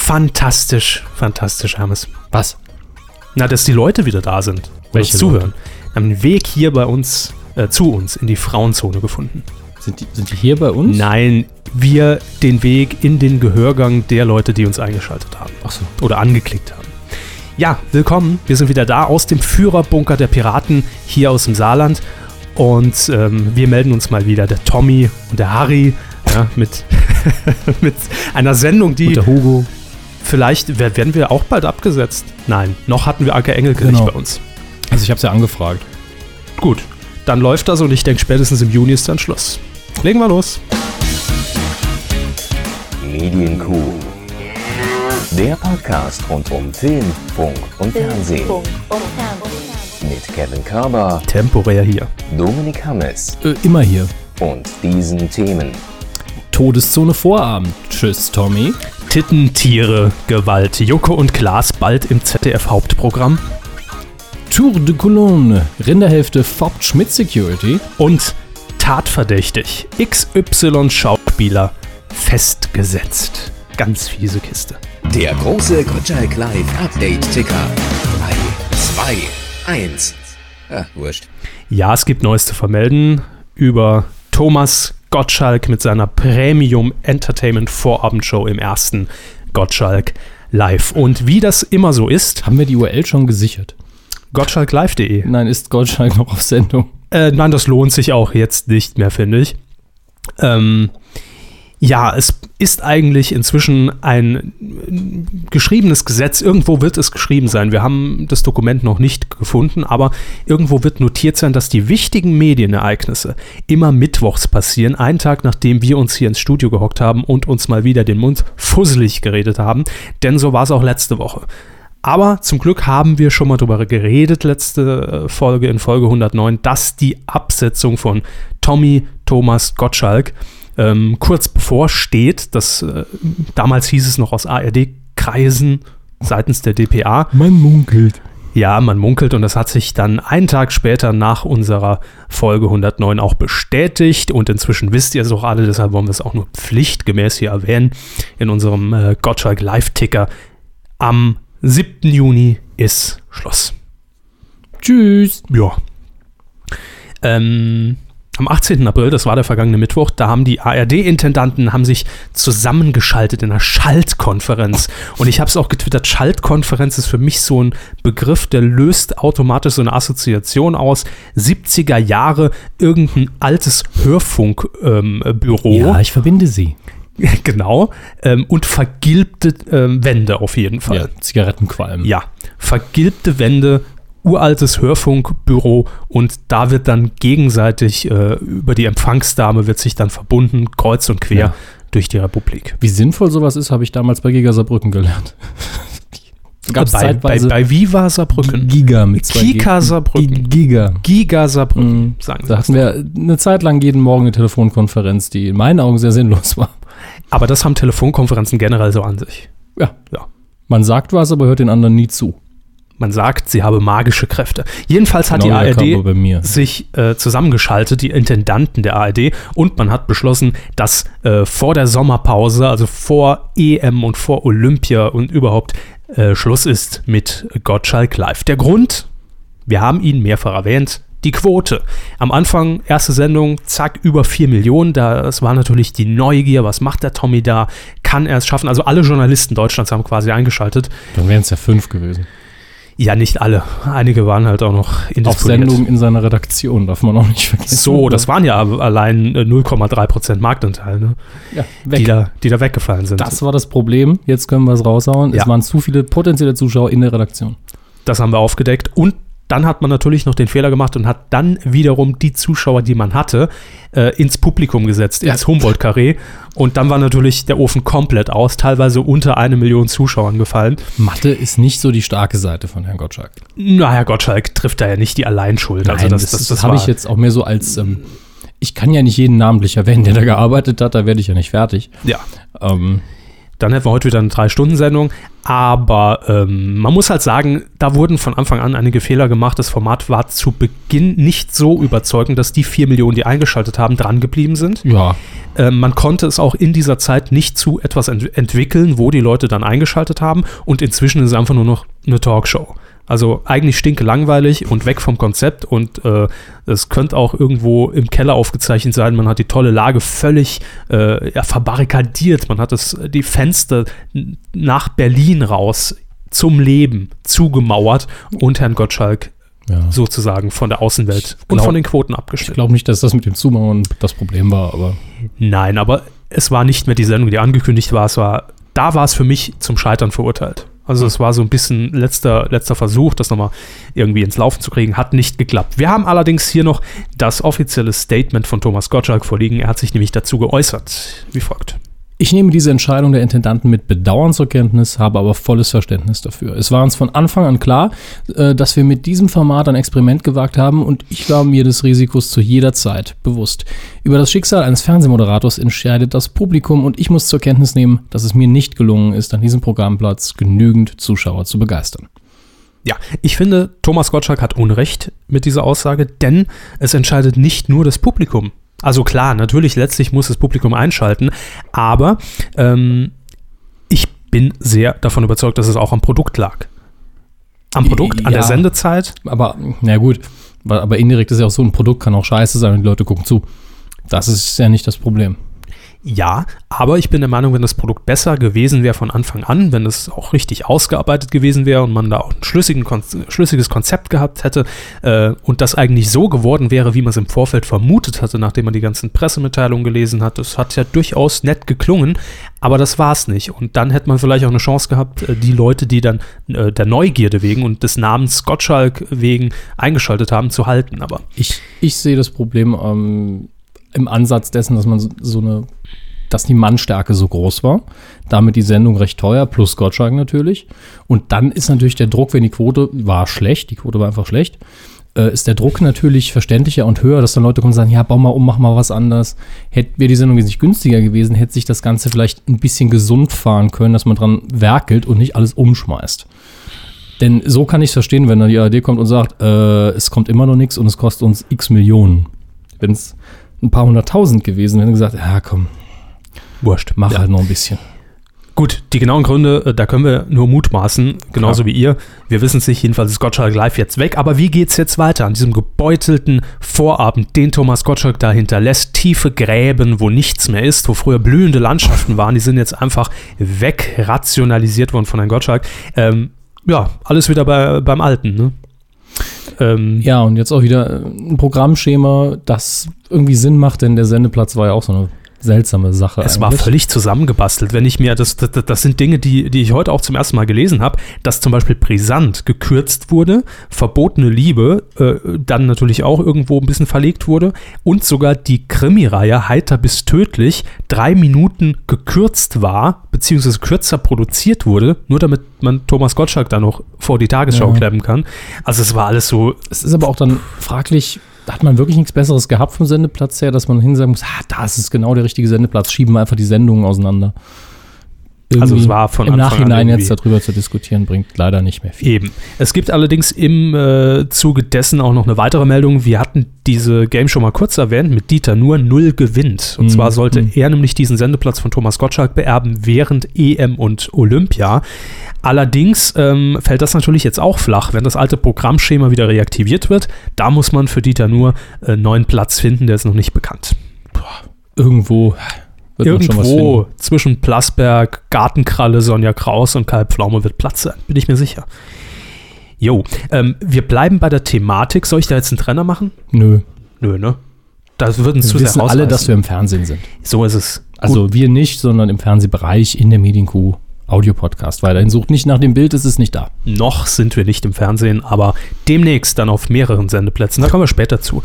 fantastisch, Hermes. Was? Na, dass die Leute wieder da sind. Welche zuhören. Haben einen Weg hier bei uns, zu uns, in die Frauenzone gefunden. Sind die hier bei uns? Nein, wir den Weg in den Gehörgang der Leute, die uns eingeschaltet haben. Ach so. Oder angeklickt haben. Ja, willkommen. Wir sind wieder da aus dem Führerbunker der Piraten hier aus dem Saarland. Und wir melden uns mal wieder, der Tommy und der Harry, ja, mit einer Sendung, die... Und der Hugo. Vielleicht werden wir auch bald abgesetzt. Nein, noch hatten wir Anke Engelke nicht bei uns. Also ich habe es ja angefragt. Gut, dann läuft das und ich denke, spätestens im Juni ist dann Schluss. Legen wir los. Medienkuh. Der Podcast rund um Film, Funk und Fernsehen. Mit Kevin Körber, Temporär hier. Dominik Hammes Immer hier. und diesen Themen. Todeszone Vorabend. Tschüss, Tommy. Tittentiere, Gewalt. Joko und Klaas bald im ZDF-Hauptprogramm. Tour de Cologne. Rinderhälfte Fopt Schmidt Security. Und tatverdächtig. XY-Schauspieler festgesetzt. Ganz fiese Kiste. Der große Gottschalk Live Update Ticker. 3, 2, 1. Wurscht. Ja, es gibt Neues zu vermelden über Thomas Gottschalk mit seiner Premium Entertainment Vorabendshow im ersten Gottschalk Live. Und wie das immer so ist, Haben wir die URL schon gesichert? gottschalklive.de. Nein, ist Gottschalk noch auf Sendung? Nein, das lohnt sich auch jetzt nicht mehr, finde ich. Ja, es ist eigentlich inzwischen ein geschriebenes Gesetz. Irgendwo wird es geschrieben sein. Wir haben das Dokument noch nicht gefunden, aber irgendwo wird notiert sein, dass die wichtigen Medienereignisse immer mittwochs passieren, einen Tag nachdem wir uns hier ins Studio gehockt haben und uns mal wieder den Mund fusselig geredet haben. Denn so war es auch letzte Woche. Aber zum Glück haben wir schon mal darüber geredet, letzte Folge, in Folge 109, dass die Absetzung von Tommy Thomas Gottschalk kurz bevor steht. Damals hieß es noch aus ARD-Kreisen seitens der dpa. Man munkelt. Ja, man munkelt und das hat sich dann einen Tag später nach unserer Folge 109 auch bestätigt und inzwischen wisst ihr es auch alle, deshalb wollen wir es auch nur pflichtgemäß hier erwähnen in unserem Gottschalk Live-Ticker. Am 7. Juni ist Schluss. Tschüss. Ja. Am 18. April, das war der vergangene Mittwoch, da haben die ARD-Intendanten sich zusammengeschaltet in einer Schaltkonferenz. Und ich habe es auch getwittert, Schaltkonferenz ist für mich so ein Begriff, der löst automatisch so eine Assoziation aus. 70er Jahre, irgendein altes Hörfunkbüro. Ja, ich verbinde sie. Genau. Und vergilbte Wände auf jeden Fall. Ja, Zigarettenqualm. Ja, vergilbte Wände, uraltes Hörfunkbüro und da wird dann gegenseitig über die Empfangsdame wird sich dann verbunden, kreuz und quer durch die Republik. Wie sinnvoll sowas ist, habe ich damals bei Giga Saarbrücken gelernt. Gab es zeitweise bei Viva Saarbrücken? Giga mit 2 Kika Saarbrücken. Giga Saarbrücken, sagen sie. Da hatten wir eine Zeit lang jeden Morgen eine Telefonkonferenz, die in meinen Augen sehr sinnlos war. Aber das haben Telefonkonferenzen generell so an sich. Ja. Ja. Man sagt was, aber hört den anderen nie zu. Man sagt, sie habe magische Kräfte. Jedenfalls hat die ARD sich zusammengeschaltet, die Intendanten der ARD, und man hat beschlossen, dass vor der Sommerpause, also vor EM und vor Olympia und überhaupt Schluss ist mit Gottschalk Live. Der Grund, wir haben ihn mehrfach erwähnt, die Quote. Am Anfang, erste Sendung, zack, über 4 Millionen. Das war natürlich die Neugier. Was macht der Tommy da? Kann er es schaffen? Also alle Journalisten Deutschlands haben quasi eingeschaltet. Dann wären es ja 5 gewesen. Ja, nicht alle. Einige waren halt auch noch indisponiert. Auf Sendung in seiner Redaktion, darf man auch nicht vergessen. So, das waren ja allein 0,3% Marktanteil, ne? Ja, weg. Die da weggefallen sind. Das war das Problem. Jetzt können wir es raushauen. Ja. Es waren zu viele potenzielle Zuschauer in der Redaktion. Das haben wir aufgedeckt. Und dann hat man natürlich noch den Fehler gemacht und hat dann wiederum die Zuschauer, die man hatte, ins Publikum gesetzt, ins Humboldt-Carré. Und dann war natürlich der Ofen komplett aus, teilweise unter 1 Million Zuschauern gefallen. Mathe ist nicht so die starke Seite von Herrn Gottschalk. Na, Herr Gottschalk trifft da ja nicht die Alleinschuld. Nein, also das habe ich jetzt auch mehr so als, ich kann ja nicht jeden namentlich erwähnen, der da gearbeitet hat, da werde ich ja nicht fertig. Ja. Dann hätten wir heute wieder eine 3-Stunden-Sendung. Aber man muss halt sagen, da wurden von Anfang an einige Fehler gemacht. Das Format war zu Beginn nicht so überzeugend, dass die 4 Millionen, die eingeschaltet haben, dran geblieben sind. Ja. Man konnte es auch in dieser Zeit nicht zu etwas entwickeln, wo die Leute dann eingeschaltet haben. Und inzwischen ist es einfach nur noch eine Talkshow. Also eigentlich stinkelangweilig und weg vom Konzept und es könnte auch irgendwo im Keller aufgezeichnet sein. Man hat die tolle Lage völlig verbarrikadiert. Man hat die Fenster nach Berlin raus zum Leben zugemauert und Herrn Gottschalk sozusagen von der Außenwelt und von den Quoten abgeschnitten. Ich glaube nicht, dass das mit dem Zumauern das Problem war, aber... Nein, aber es war nicht mehr die Sendung, die angekündigt war. Da war es für mich zum Scheitern verurteilt. Also es war so ein bisschen letzter Versuch, das nochmal irgendwie ins Laufen zu kriegen, hat nicht geklappt. Wir haben allerdings hier noch das offizielle Statement von Thomas Gottschalk vorliegen. Er hat sich nämlich dazu geäußert, wie folgt. Ich nehme diese Entscheidung der Intendanten mit Bedauern zur Kenntnis, habe aber volles Verständnis dafür. Es war uns von Anfang an klar, dass wir mit diesem Format ein Experiment gewagt haben und ich war mir des Risikos zu jeder Zeit bewusst. Über das Schicksal eines Fernsehmoderators entscheidet das Publikum und ich muss zur Kenntnis nehmen, dass es mir nicht gelungen ist, an diesem Programmplatz genügend Zuschauer zu begeistern. Ja, ich finde, Thomas Gottschalk hat Unrecht mit dieser Aussage, denn es entscheidet nicht nur das Publikum. Also klar, natürlich letztlich muss das Publikum einschalten, aber ich bin sehr davon überzeugt, dass es auch am Produkt lag. Am Produkt, an der Sendezeit. Aber, na gut, aber indirekt ist ja auch so, ein Produkt kann auch scheiße sein und die Leute gucken zu. Das ist ja nicht das Problem. Ja, aber ich bin der Meinung, wenn das Produkt besser gewesen wäre von Anfang an, wenn es auch richtig ausgearbeitet gewesen wäre und man da auch ein schlüssiges Konzept gehabt hätte und das eigentlich so geworden wäre, wie man es im Vorfeld vermutet hatte, nachdem man die ganzen Pressemitteilungen gelesen hat, das hat ja durchaus nett geklungen, aber das war es nicht. Und dann hätte man vielleicht auch eine Chance gehabt, die Leute, die dann der Neugierde wegen und des Namens Gottschalk wegen eingeschaltet haben, zu halten. Aber ich sehe das Problem im Ansatz dessen, dass man dass die Mannstärke so groß war, damit die Sendung recht teuer, plus Gottschalk natürlich. Und dann ist natürlich der Druck, wenn die Quote war einfach schlecht, ist der Druck natürlich verständlicher und höher, dass dann Leute kommen und sagen, ja, bau mal um, mach mal was anders. Wäre die Sendung wesentlich günstiger gewesen, hätte sich das Ganze vielleicht ein bisschen gesund fahren können, dass man dran werkelt und nicht alles umschmeißt. Denn so kann ich es verstehen, wenn dann die ARD kommt und sagt, es kommt immer noch nichts und es kostet uns x Millionen. Wenn es ein paar 100.000 gewesen, wenn gesagt, ja komm, wurscht, mach halt noch ein bisschen. Gut, die genauen Gründe, da können wir nur mutmaßen, genauso wie ihr. Wir wissen es nicht, jedenfalls ist Gottschalk live jetzt weg. Aber wie geht's jetzt weiter an diesem gebeutelten Vorabend, den Thomas Gottschalk da hinterlässt? Tiefe Gräben, wo nichts mehr ist, wo früher blühende Landschaften waren, die sind jetzt einfach wegrationalisiert worden von Herrn Gottschalk. Alles wieder beim Alten, ne? Ja, und jetzt auch wieder ein Programmschema, das irgendwie Sinn macht, denn der Sendeplatz war ja auch so eine seltsame Sache. Es war völlig zusammengebastelt. Wenn ich mir, das sind Dinge, die ich heute auch zum ersten Mal gelesen habe, dass zum Beispiel Brisant gekürzt wurde, Verbotene Liebe dann natürlich auch irgendwo ein bisschen verlegt wurde und sogar die Krimireihe Heiter bis tödlich 3 Minuten gekürzt war, beziehungsweise kürzer produziert wurde, nur damit man Thomas Gottschalk da noch vor die Tagesschau klemmen kann. Also es war alles so... Es ist aber auch dann fraglich, hat man wirklich nichts Besseres gehabt vom Sendeplatz her, dass man hinsagen muss, da ist es genau der richtige Sendeplatz, schieben wir einfach die Sendungen auseinander. Irgendwie also es war von im Anfang Nachhinein jetzt darüber zu diskutieren, bringt leider nicht mehr viel. Eben. Es gibt allerdings im Zuge dessen auch noch eine weitere Meldung. Wir hatten diese Game schon mal kurz erwähnt, mit Dieter Nuhr, 0 gewinnt. Und zwar sollte er nämlich diesen Sendeplatz von Thomas Gottschalk beerben während EM und Olympia. Allerdings fällt das natürlich jetzt auch flach, wenn das alte Programmschema wieder reaktiviert wird. Da muss man für Dieter Nuhr einen neuen Platz finden, der ist noch nicht bekannt. Irgendwo zwischen Plasberg, Gartenkralle, Sonja Kraus und Kai Pflaume wird Platz sein, bin ich mir sicher. Jo, wir bleiben bei der Thematik. Soll ich da jetzt einen Trenner machen? Nö, ne? Das würden zu sehr rausreißen. Wir wissen alle, dass wir im Fernsehen sind. So ist es. Also wir nicht, sondern im Fernsehbereich in der Medienkuh. Audio-Podcast. Weiterhin sucht nicht nach dem Bild, es ist nicht da. Noch sind wir nicht im Fernsehen, aber demnächst dann auf mehreren Sendeplätzen. Da kommen wir später zu.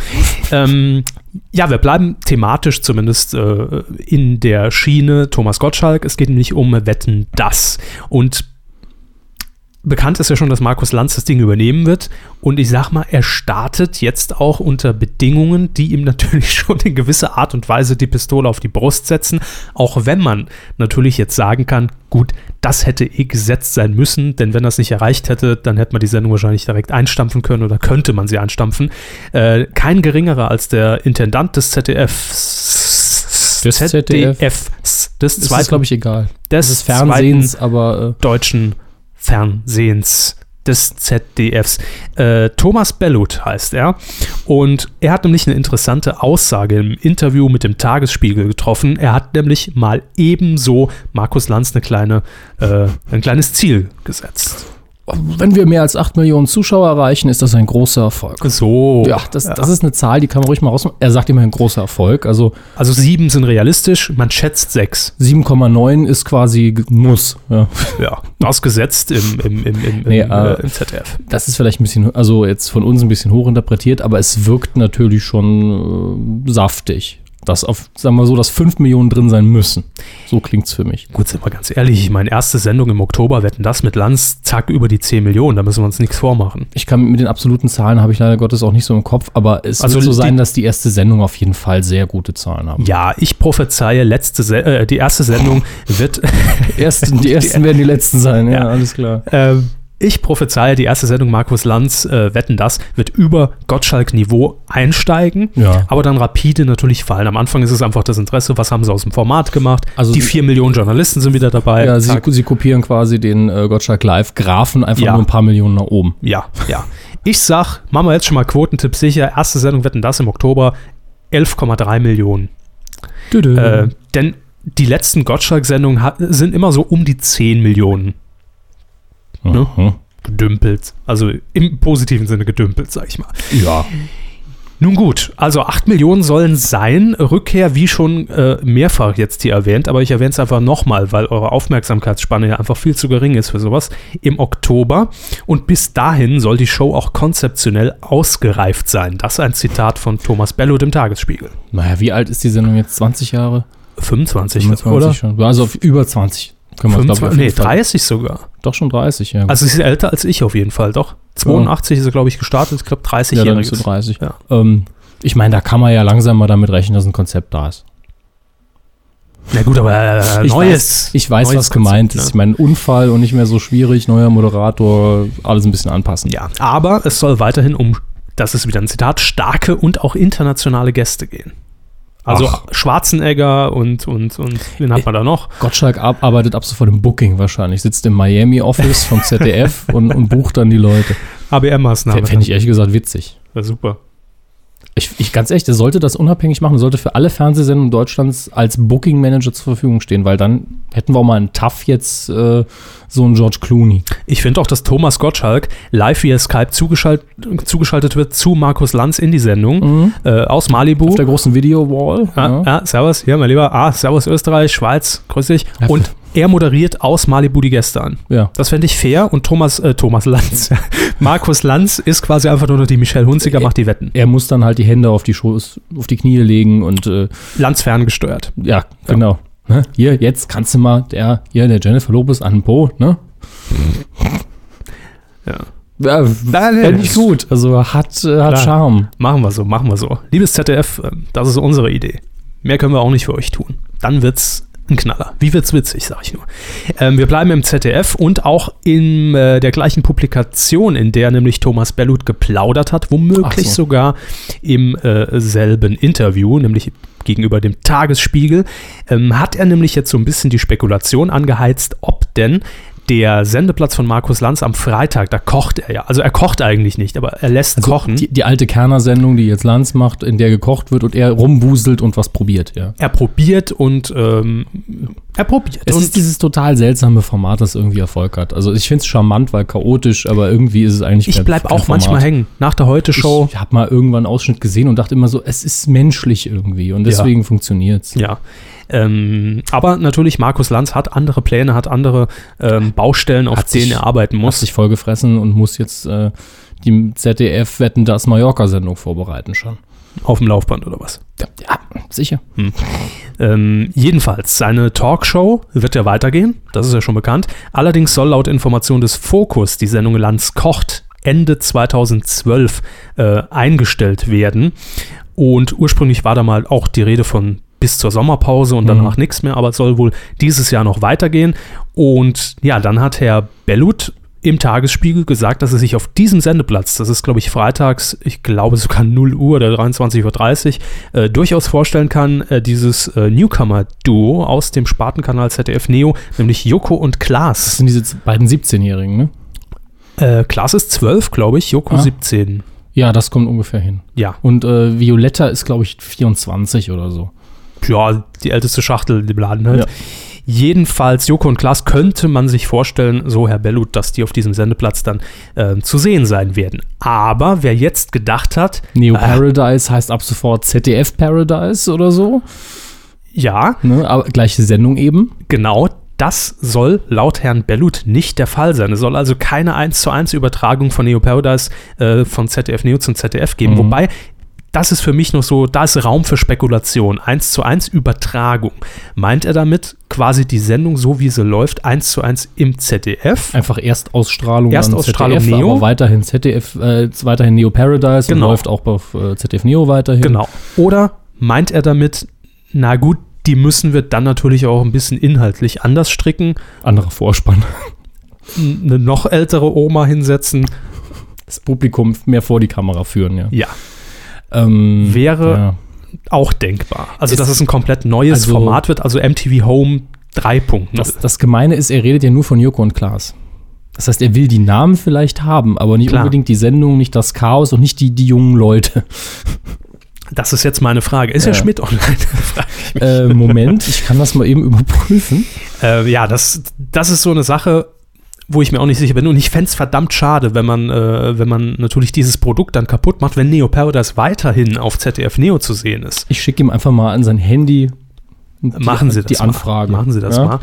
Wir bleiben thematisch zumindest in der Schiene Thomas Gottschalk. Es geht nämlich um Wetten, dass. Und bekannt ist ja schon, dass Markus Lanz das Ding übernehmen wird. Und ich sag mal, er startet jetzt auch unter Bedingungen, die ihm natürlich schon in gewisser Art und Weise die Pistole auf die Brust setzen. Auch wenn man natürlich jetzt sagen kann, gut, das hätte gesetzt sein müssen, denn wenn das nicht erreicht hätte, dann hätte man die Sendung wahrscheinlich direkt einstampfen können oder könnte man sie einstampfen. Kein geringerer als der Intendant des ZDFs. Des Das ist, glaube ich, egal. Des Fernsehens, aber deutschen Fernsehens des ZDFs. Thomas Bellut heißt er. Und er hat nämlich eine interessante Aussage im Interview mit dem Tagesspiegel getroffen. Er hat nämlich mal ebenso Markus Lanz ein kleines Ziel gesetzt. wenn wir mehr als 8 Millionen Zuschauer erreichen, ist das ein großer Erfolg. So. Ja, das ist eine Zahl, die kann man ruhig mal rausmachen. Er sagt immer ein großer Erfolg. Also 7 sind realistisch, man schätzt 6. 7,9 ist quasi Muss. Ja, das gesetzt im ZDF. Das ist vielleicht ein bisschen, also jetzt von uns ein bisschen hochinterpretiert, aber es wirkt natürlich schon saftig. Dass sagen wir so, dass 5 Millionen drin sein müssen. So klingt's für mich. Gut, sind wir ganz ehrlich, meine erste Sendung im Oktober, Wetten, das mit Lanz, zack, über die 10 Millionen, da müssen wir uns nichts vormachen. Ich kann mit den absoluten Zahlen, habe ich leider Gottes auch nicht so im Kopf, aber es wird so sein, dass die erste Sendung auf jeden Fall sehr gute Zahlen haben. Ja, ich prophezeie, die erste Sendung wird... die ersten werden die letzten sein, ja, alles klar. Ich prophezeie, die erste Sendung Markus Lanz, Wetten, das wird über Gottschalk-Niveau einsteigen, aber dann rapide natürlich fallen. Am Anfang ist es einfach das Interesse, was haben sie aus dem Format gemacht. Also die 4 Millionen Journalisten sind wieder dabei. Ja, sie kopieren quasi den Gottschalk Live-Graphen einfach nur ein paar Millionen nach oben. Ja. Ich sag, machen wir jetzt schon mal Quotentipp sicher, erste Sendung Wetten, das im Oktober, 11,3 Millionen. Denn die letzten Gottschalk-Sendungen sind immer so um die 10 Millionen. Ne? Gedümpelt. Also im positiven Sinne gedümpelt, sag ich mal. Ja. Nun gut, also 8 Millionen sollen sein. Rückkehr, wie schon mehrfach jetzt hier erwähnt, aber ich erwähne es einfach nochmal, weil eure Aufmerksamkeitsspanne ja einfach viel zu gering ist für sowas, im Oktober. Und bis dahin soll die Show auch konzeptionell ausgereift sein. Das ist ein Zitat von Thomas Bellut im Tagesspiegel. Naja, wie alt ist die Sendung jetzt? 20 Jahre? 25 oder? Schon. Also auf über 20. 30 sogar. Doch schon 30, ja. Also sie ist älter als ich auf jeden Fall, doch. 82 ist sie, glaube ich, gestartet. Ich glaube, 30 Jahre. Ja, dann ist sie 30. Ja. Ich meine, da kann man ja langsam mal damit rechnen, dass ein Konzept da ist. Na gut, aber ich weiß, was gemeint ist. Ich meine, Unfall und nicht mehr so schwierig, neuer Moderator, alles ein bisschen anpassen. Ja, aber es soll weiterhin das ist wieder ein Zitat, starke und auch internationale Gäste gehen. Also Schwarzenegger und wen hat man da noch? Gottschalk arbeitet ab sofort im Booking wahrscheinlich, sitzt im Miami-Office vom ZDF und bucht dann die Leute. ABM-Maßnahmen. Fände ich ehrlich gesagt witzig. War super. Ich ganz ehrlich, der sollte das unabhängig machen, sollte für alle Fernsehsendungen Deutschlands als Booking-Manager zur Verfügung stehen, weil dann hätten wir auch mal einen TAF jetzt so einen George Clooney. Ich finde auch, dass Thomas Gottschalk live via Skype zugeschaltet wird zu Markus Lanz in die Sendung aus Malibu. Auf der großen Video-Wall. Ja, servus, hier mein Lieber. Servus Österreich, Schweiz, grüß dich. Und er moderiert aus Malibu die Gäste an. Ja. Das fände ich fair und Thomas Lanz, Markus Lanz ist quasi einfach nur noch die Michelle Hunziker, macht die Wetten. Er muss dann halt die Hände auf die Knie legen und Lanz ferngesteuert. Ja, genau. Ne? Hier, jetzt kannst du mal der Jennifer Lopez an den Po, ne? Ja, nicht gut. Also hat Charme. Machen wir so. Liebes ZDF, das ist unsere Idee. Mehr können wir auch nicht für euch tun. Dann wird's ein Knaller. Wie wird's witzig, sag ich nur. Wir bleiben im ZDF und auch in der gleichen Publikation, in der nämlich Thomas Bellut geplaudert hat, womöglich sogar im selben Interview, nämlich gegenüber dem Tagesspiegel, hat er nämlich jetzt so ein bisschen die Spekulation angeheizt, ob denn der Sendeplatz von Markus Lanz am Freitag, da kocht er ja. Also er kocht eigentlich nicht, aber er lässt kochen. Die alte Kerner-Sendung, die jetzt Lanz macht, in der gekocht wird und er rumwuselt und was probiert, ja. Er probiert und Es ist dieses total seltsame Format, das irgendwie Erfolg hat. Also ich finde es charmant, weil chaotisch, aber irgendwie ist es eigentlich Ich bleibe auch manchmal hängen. Nach der Heute-Show. Ich habe mal irgendwann einen Ausschnitt gesehen und dachte immer so, es ist menschlich irgendwie und deswegen funktioniert es. Ja. Aber natürlich, Markus Lanz hat andere Pläne, hat andere Baustellen, auf denen er arbeiten muss. Hat sich vollgefressen und muss jetzt die ZDF Wetten, das Mallorca-Sendung vorbereiten schon. auf dem Laufband oder was? Ja, sicher. Jedenfalls, seine Talkshow wird ja weitergehen, das ist ja schon bekannt. Allerdings soll laut Information des Fokus die Sendung Lanz kocht Ende 2012 eingestellt werden. Und ursprünglich war da mal auch die Rede von bis zur Sommerpause und danach nichts mehr, aber es soll wohl dieses Jahr noch weitergehen. Und ja, dann hat Herr Bellut im Tagesspiegel gesagt, dass er sich auf diesem Sendeplatz, das ist glaube ich freitags, ich glaube sogar 0 Uhr oder 23.30 Uhr, durchaus vorstellen kann, dieses Newcomer-Duo aus dem Spartenkanal ZDF Neo, nämlich Joko und Klaas. Das sind diese beiden 17-Jährigen, ne? Klaas ist 12, glaube ich, Joko 17. Ja, das kommt ungefähr hin. Ja. Und Violetta ist, glaube ich, 24 oder so. Ja, die älteste Schachtel im Laden halt. Ja. Jedenfalls, Joko und Klaas könnte man sich vorstellen, so Herr Bellut, dass die auf diesem Sendeplatz dann zu sehen sein werden. Aber wer jetzt gedacht hat... Neo Paradise heißt ab sofort ZDF Paradise oder so. Ja. Ne, aber gleiche Sendung eben. Genau, das soll laut Herrn Bellut nicht der Fall sein. Es soll also keine 1:1 Übertragung von Neo Paradise von ZDF Neo zum ZDF geben. Wobei... Das ist für mich noch so, da ist Raum für Spekulation. 1:1 Übertragung. Meint er damit quasi die Sendung, so wie sie läuft, 1:1 im ZDF? Einfach Erstausstrahlung Erstausstrahlung ZDF, Neo. aber weiterhin ZDF, weiterhin Neo Paradise und läuft auch auf ZDF Neo weiterhin. Genau. Oder meint er damit, na gut, die müssen wir dann natürlich auch ein bisschen inhaltlich anders stricken. Anderer Vorspann. Eine noch ältere Oma hinsetzen. Das Publikum mehr vor die Kamera führen, ja. Ja. Wäre auch denkbar. Also, dass es ein komplett neues Format wird, also MTV Home 3.0. Das Gemeine ist, er redet ja nur von Joko und Klaas. Das heißt, er will die Namen vielleicht haben, aber nicht unbedingt die Sendung, nicht das Chaos und nicht die jungen Leute. Das ist jetzt meine Frage. Ist Herr Schmidt online? Moment, ich kann das mal eben überprüfen. Ja, das ist so eine Sache, wo ich mir auch nicht sicher bin. Und ich fände es verdammt schade, wenn man natürlich dieses Produkt dann kaputt macht, wenn Neo Paradise weiterhin auf ZDF Neo zu sehen ist. Ich schicke ihm einfach mal an sein Handy Machen Sie das die Anfrage. Machen Sie das mal.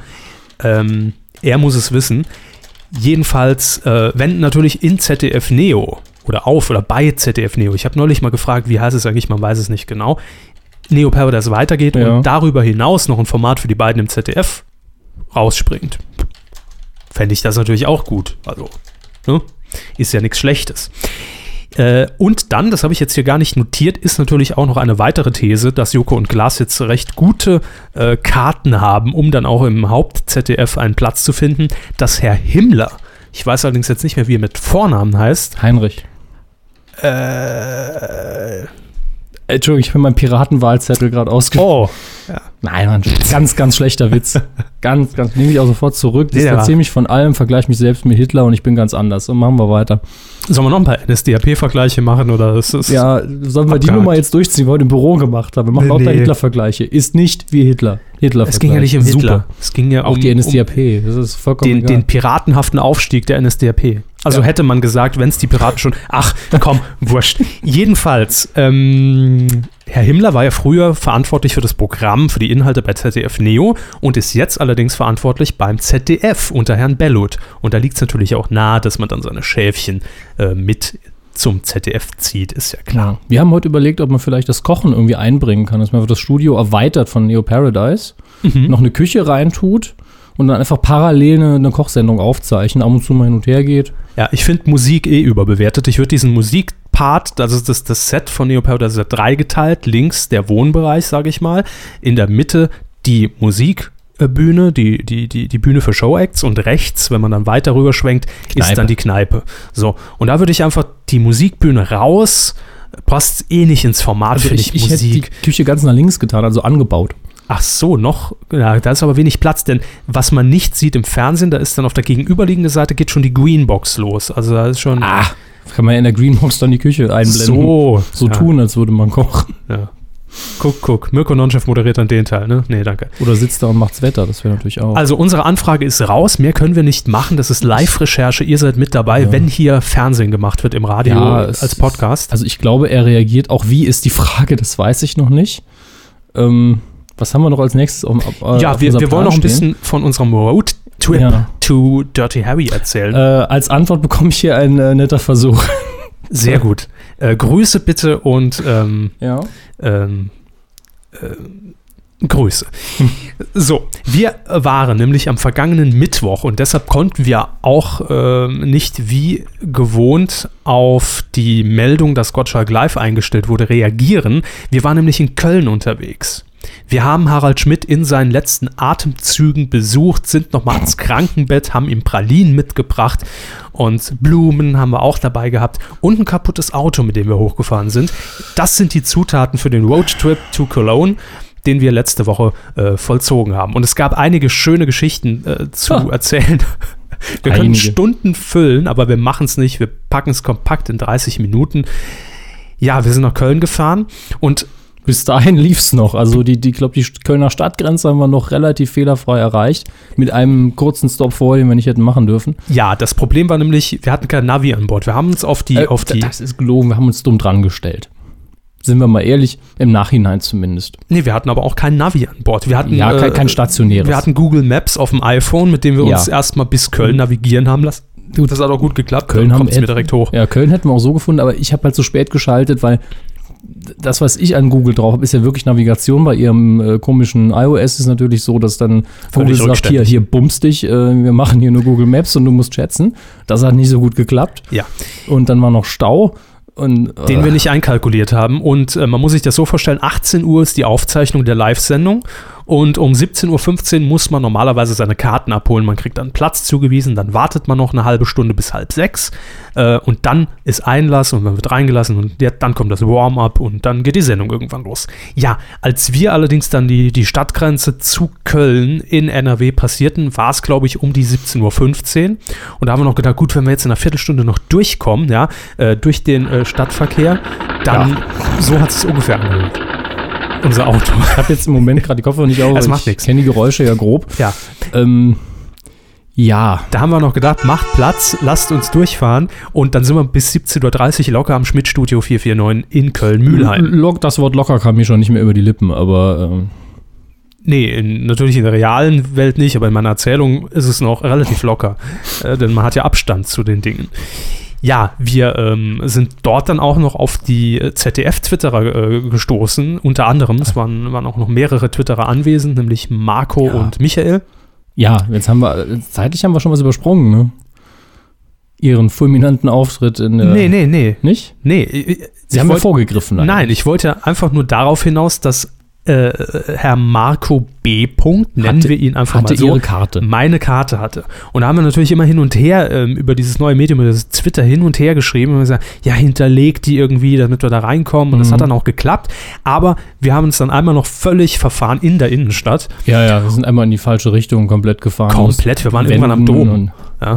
Er muss es wissen. Jedenfalls, wenn natürlich in ZDF Neo oder auf oder bei ZDF Neo, ich habe neulich mal gefragt, wie heißt es eigentlich, man weiß es nicht genau, Neo Paradise weitergeht und darüber hinaus noch ein Format für die beiden im ZDF rausspringt, fände ich das natürlich auch gut. Also, ne? Ist ja nichts Schlechtes. Und dann, das habe ich jetzt hier gar nicht notiert, ist natürlich auch noch eine weitere These, dass Joko und Klaas jetzt recht gute Karten haben, um dann auch im Haupt-ZDF einen Platz zu finden, dass Herr Himmler, ich weiß allerdings jetzt nicht mehr, wie er mit Vornamen heißt. Heinrich. Entschuldigung, ich habe meinen Piratenwahlzettel gerade ausgefüllt. Oh. Ja. Nein, Mann, ganz, ganz schlechter Witz. Ganz, nehme ich auch sofort zurück. Ich erzähle mich von allem, vergleiche mich selbst mit Hitler und ich bin ganz anders. Und machen wir weiter. Sollen wir noch ein paar NSDAP-Vergleiche machen? Oder ist das ja, sollen wir die Nummer jetzt durchziehen, die wir heute im Büro gemacht haben? Wir machen lauter Hitler-Vergleiche. Ist nicht wie Hitler. Es ging ja nicht um Hitler. Es ging ja auch die NSDAP. Das ist vollkommen den piratenhaften Aufstieg der NSDAP. Also hätte man gesagt, wenn es die Piraten schon... Ach, komm, wurscht. Jedenfalls, Herr Himmler war ja früher verantwortlich für das Programm, für die Inhalte bei ZDF Neo und ist jetzt allerdings verantwortlich beim ZDF unter Herrn Bellut. Und da liegt es natürlich auch nahe, dass man dann seine Schäfchen mit zum ZDF zieht, ist ja klar. Ja. Wir haben heute überlegt, ob man vielleicht das Kochen irgendwie einbringen kann, dass man das Studio erweitert von Neo Paradise, noch eine Küche reintut und dann einfach parallel eine Kochsendung aufzeichnen, ab und zu mal hin und her geht. Ja, ich finde Musik überbewertet. Ich würde diesen Musikpart, also das Set von Neo Paradise 3 geteilt, links der Wohnbereich, sage ich mal, in der Mitte die Musikbühne, die Bühne für Showacts und rechts, wenn man dann weiter rüberschwenkt, ist dann die Kneipe. So, und da würde ich einfach die Musikbühne raus, passt nicht ins Format, also finde ich Musik. Musik. Ich hätte die Küche ganz nach links getan, also angebaut. Ach so, ja, da ist aber wenig Platz, denn was man nicht sieht im Fernsehen, da ist dann auf der gegenüberliegenden Seite geht schon die Greenbox los. Also da ist schon... kann man ja in der Greenbox dann die Küche einblenden. So tun, als würde man kochen. Ja. Guck, Mirko Nonchef moderiert dann den Teil, ne? Nee, danke. Oder sitzt da und macht's Wetter, das wäre natürlich auch. Also unsere Anfrage ist raus, mehr können wir nicht machen, das ist Live-Recherche, ihr seid mit dabei, wenn hier Fernsehen gemacht wird im Radio als Podcast. Also ich glaube, er reagiert auch, wie ist die Frage, das weiß ich noch nicht. Was haben wir noch als nächstes? Wir wollen noch ein bisschen von unserem Road-Trip to Dirty Harry erzählen. Als Antwort bekomme ich hier ein netter Versuch. Sehr gut. Grüße bitte und Grüße. So, wir waren nämlich am vergangenen Mittwoch und deshalb konnten wir auch nicht wie gewohnt auf die Meldung, dass Gottschalk live eingestellt wurde, reagieren. Wir waren nämlich in Köln unterwegs. Wir haben Harald Schmidt in seinen letzten Atemzügen besucht, sind nochmal ans Krankenbett, haben ihm Pralinen mitgebracht und Blumen haben wir auch dabei gehabt und ein kaputtes Auto, mit dem wir hochgefahren sind. Das sind die Zutaten für den Roadtrip to Cologne, den wir letzte Woche vollzogen haben. Und es gab einige schöne Geschichten zu erzählen. Wir können Stunden füllen, aber wir machen es nicht. Wir packen es kompakt in 30 Minuten. Ja, wir sind nach Köln gefahren und bis dahin lief es noch. Also ich glaube, die Kölner Stadtgrenze haben wir noch relativ fehlerfrei erreicht. Mit einem kurzen Stop vorher, den wir nicht hätten machen dürfen. Ja, das Problem war nämlich, wir hatten kein Navi an Bord. Wir haben uns auf die... Das ist gelogen, wir haben uns dumm dran gestellt. Sind wir mal ehrlich, im Nachhinein zumindest. Nee, wir hatten aber auch kein Navi an Bord. Wir hatten, kein stationäres. Wir hatten Google Maps auf dem iPhone, mit dem wir uns erstmal bis Köln navigieren haben lassen. Das hat auch gut geklappt. Köln kommt es mir direkt hoch. Ja, Köln hätten wir auch so gefunden, aber ich habe halt so spät geschaltet, weil das, was ich an Google drauf habe, ist ja wirklich Navigation. Bei ihrem komischen iOS ist natürlich so, dass dann Google sagt, hier bumst dich, wir machen hier nur Google Maps und du musst schätzen. Das hat nicht so gut geklappt. Ja. Und dann war noch Stau. Und, den wir nicht einkalkuliert haben. Und man muss sich das so vorstellen, 18 Uhr ist die Aufzeichnung der Live-Sendung und um 17.15 Uhr muss man normalerweise seine Karten abholen. Man kriegt dann Platz zugewiesen, dann wartet man noch eine halbe Stunde bis 5:30 und dann ist Einlass und man wird reingelassen und dann kommt das Warm-up und dann geht die Sendung irgendwann los. Ja, als wir allerdings dann die Stadtgrenze zu Köln in NRW passierten, war es, glaube ich, um die 17.15 Uhr und da haben wir noch gedacht, gut, wenn wir jetzt in einer Viertelstunde noch durchkommen, durch den Stadtverkehr, dann so hat es ungefähr angehört. Unser Auto. Ich habe jetzt im Moment gerade die Kopfhörer nicht auf, das macht nichts. Ich kenne die Geräusche ja grob. Ja. Da haben wir noch gedacht, macht Platz, lasst uns durchfahren und dann sind wir bis 17.30 Uhr locker am Schmidt-Studio 449 in Köln-Mühlheim. Das Wort locker kam mir schon nicht mehr über die Lippen, aber... Nee, natürlich in der realen Welt nicht, aber in meiner Erzählung ist es noch relativ locker, denn man hat ja Abstand zu den Dingen. Ja, wir sind dort dann auch noch auf die ZDF-Twitterer gestoßen, unter anderem, es waren auch noch mehrere Twitterer anwesend, nämlich Marco und Michael. Ja, zeitlich haben wir schon was übersprungen, ne? Ihren fulminanten Auftritt in der... Nee. Nicht? Nee. Sie haben mir vorgegriffen. Nein, ich wollte einfach nur darauf hinaus, dass Herr Marco B. nennen wir ihn einfach mal so, ihre Karte. Meine Karte hatte. Und da haben wir natürlich immer hin und her über dieses neue Medium, über das Twitter hin und her geschrieben und gesagt, ja, hinterlegt die irgendwie, damit wir da reinkommen. Und das hat dann auch geklappt. Aber wir haben uns dann einmal noch völlig verfahren in der Innenstadt. Ja, wir sind einmal in die falsche Richtung komplett gefahren. Komplett, wir waren irgendwann am Dom.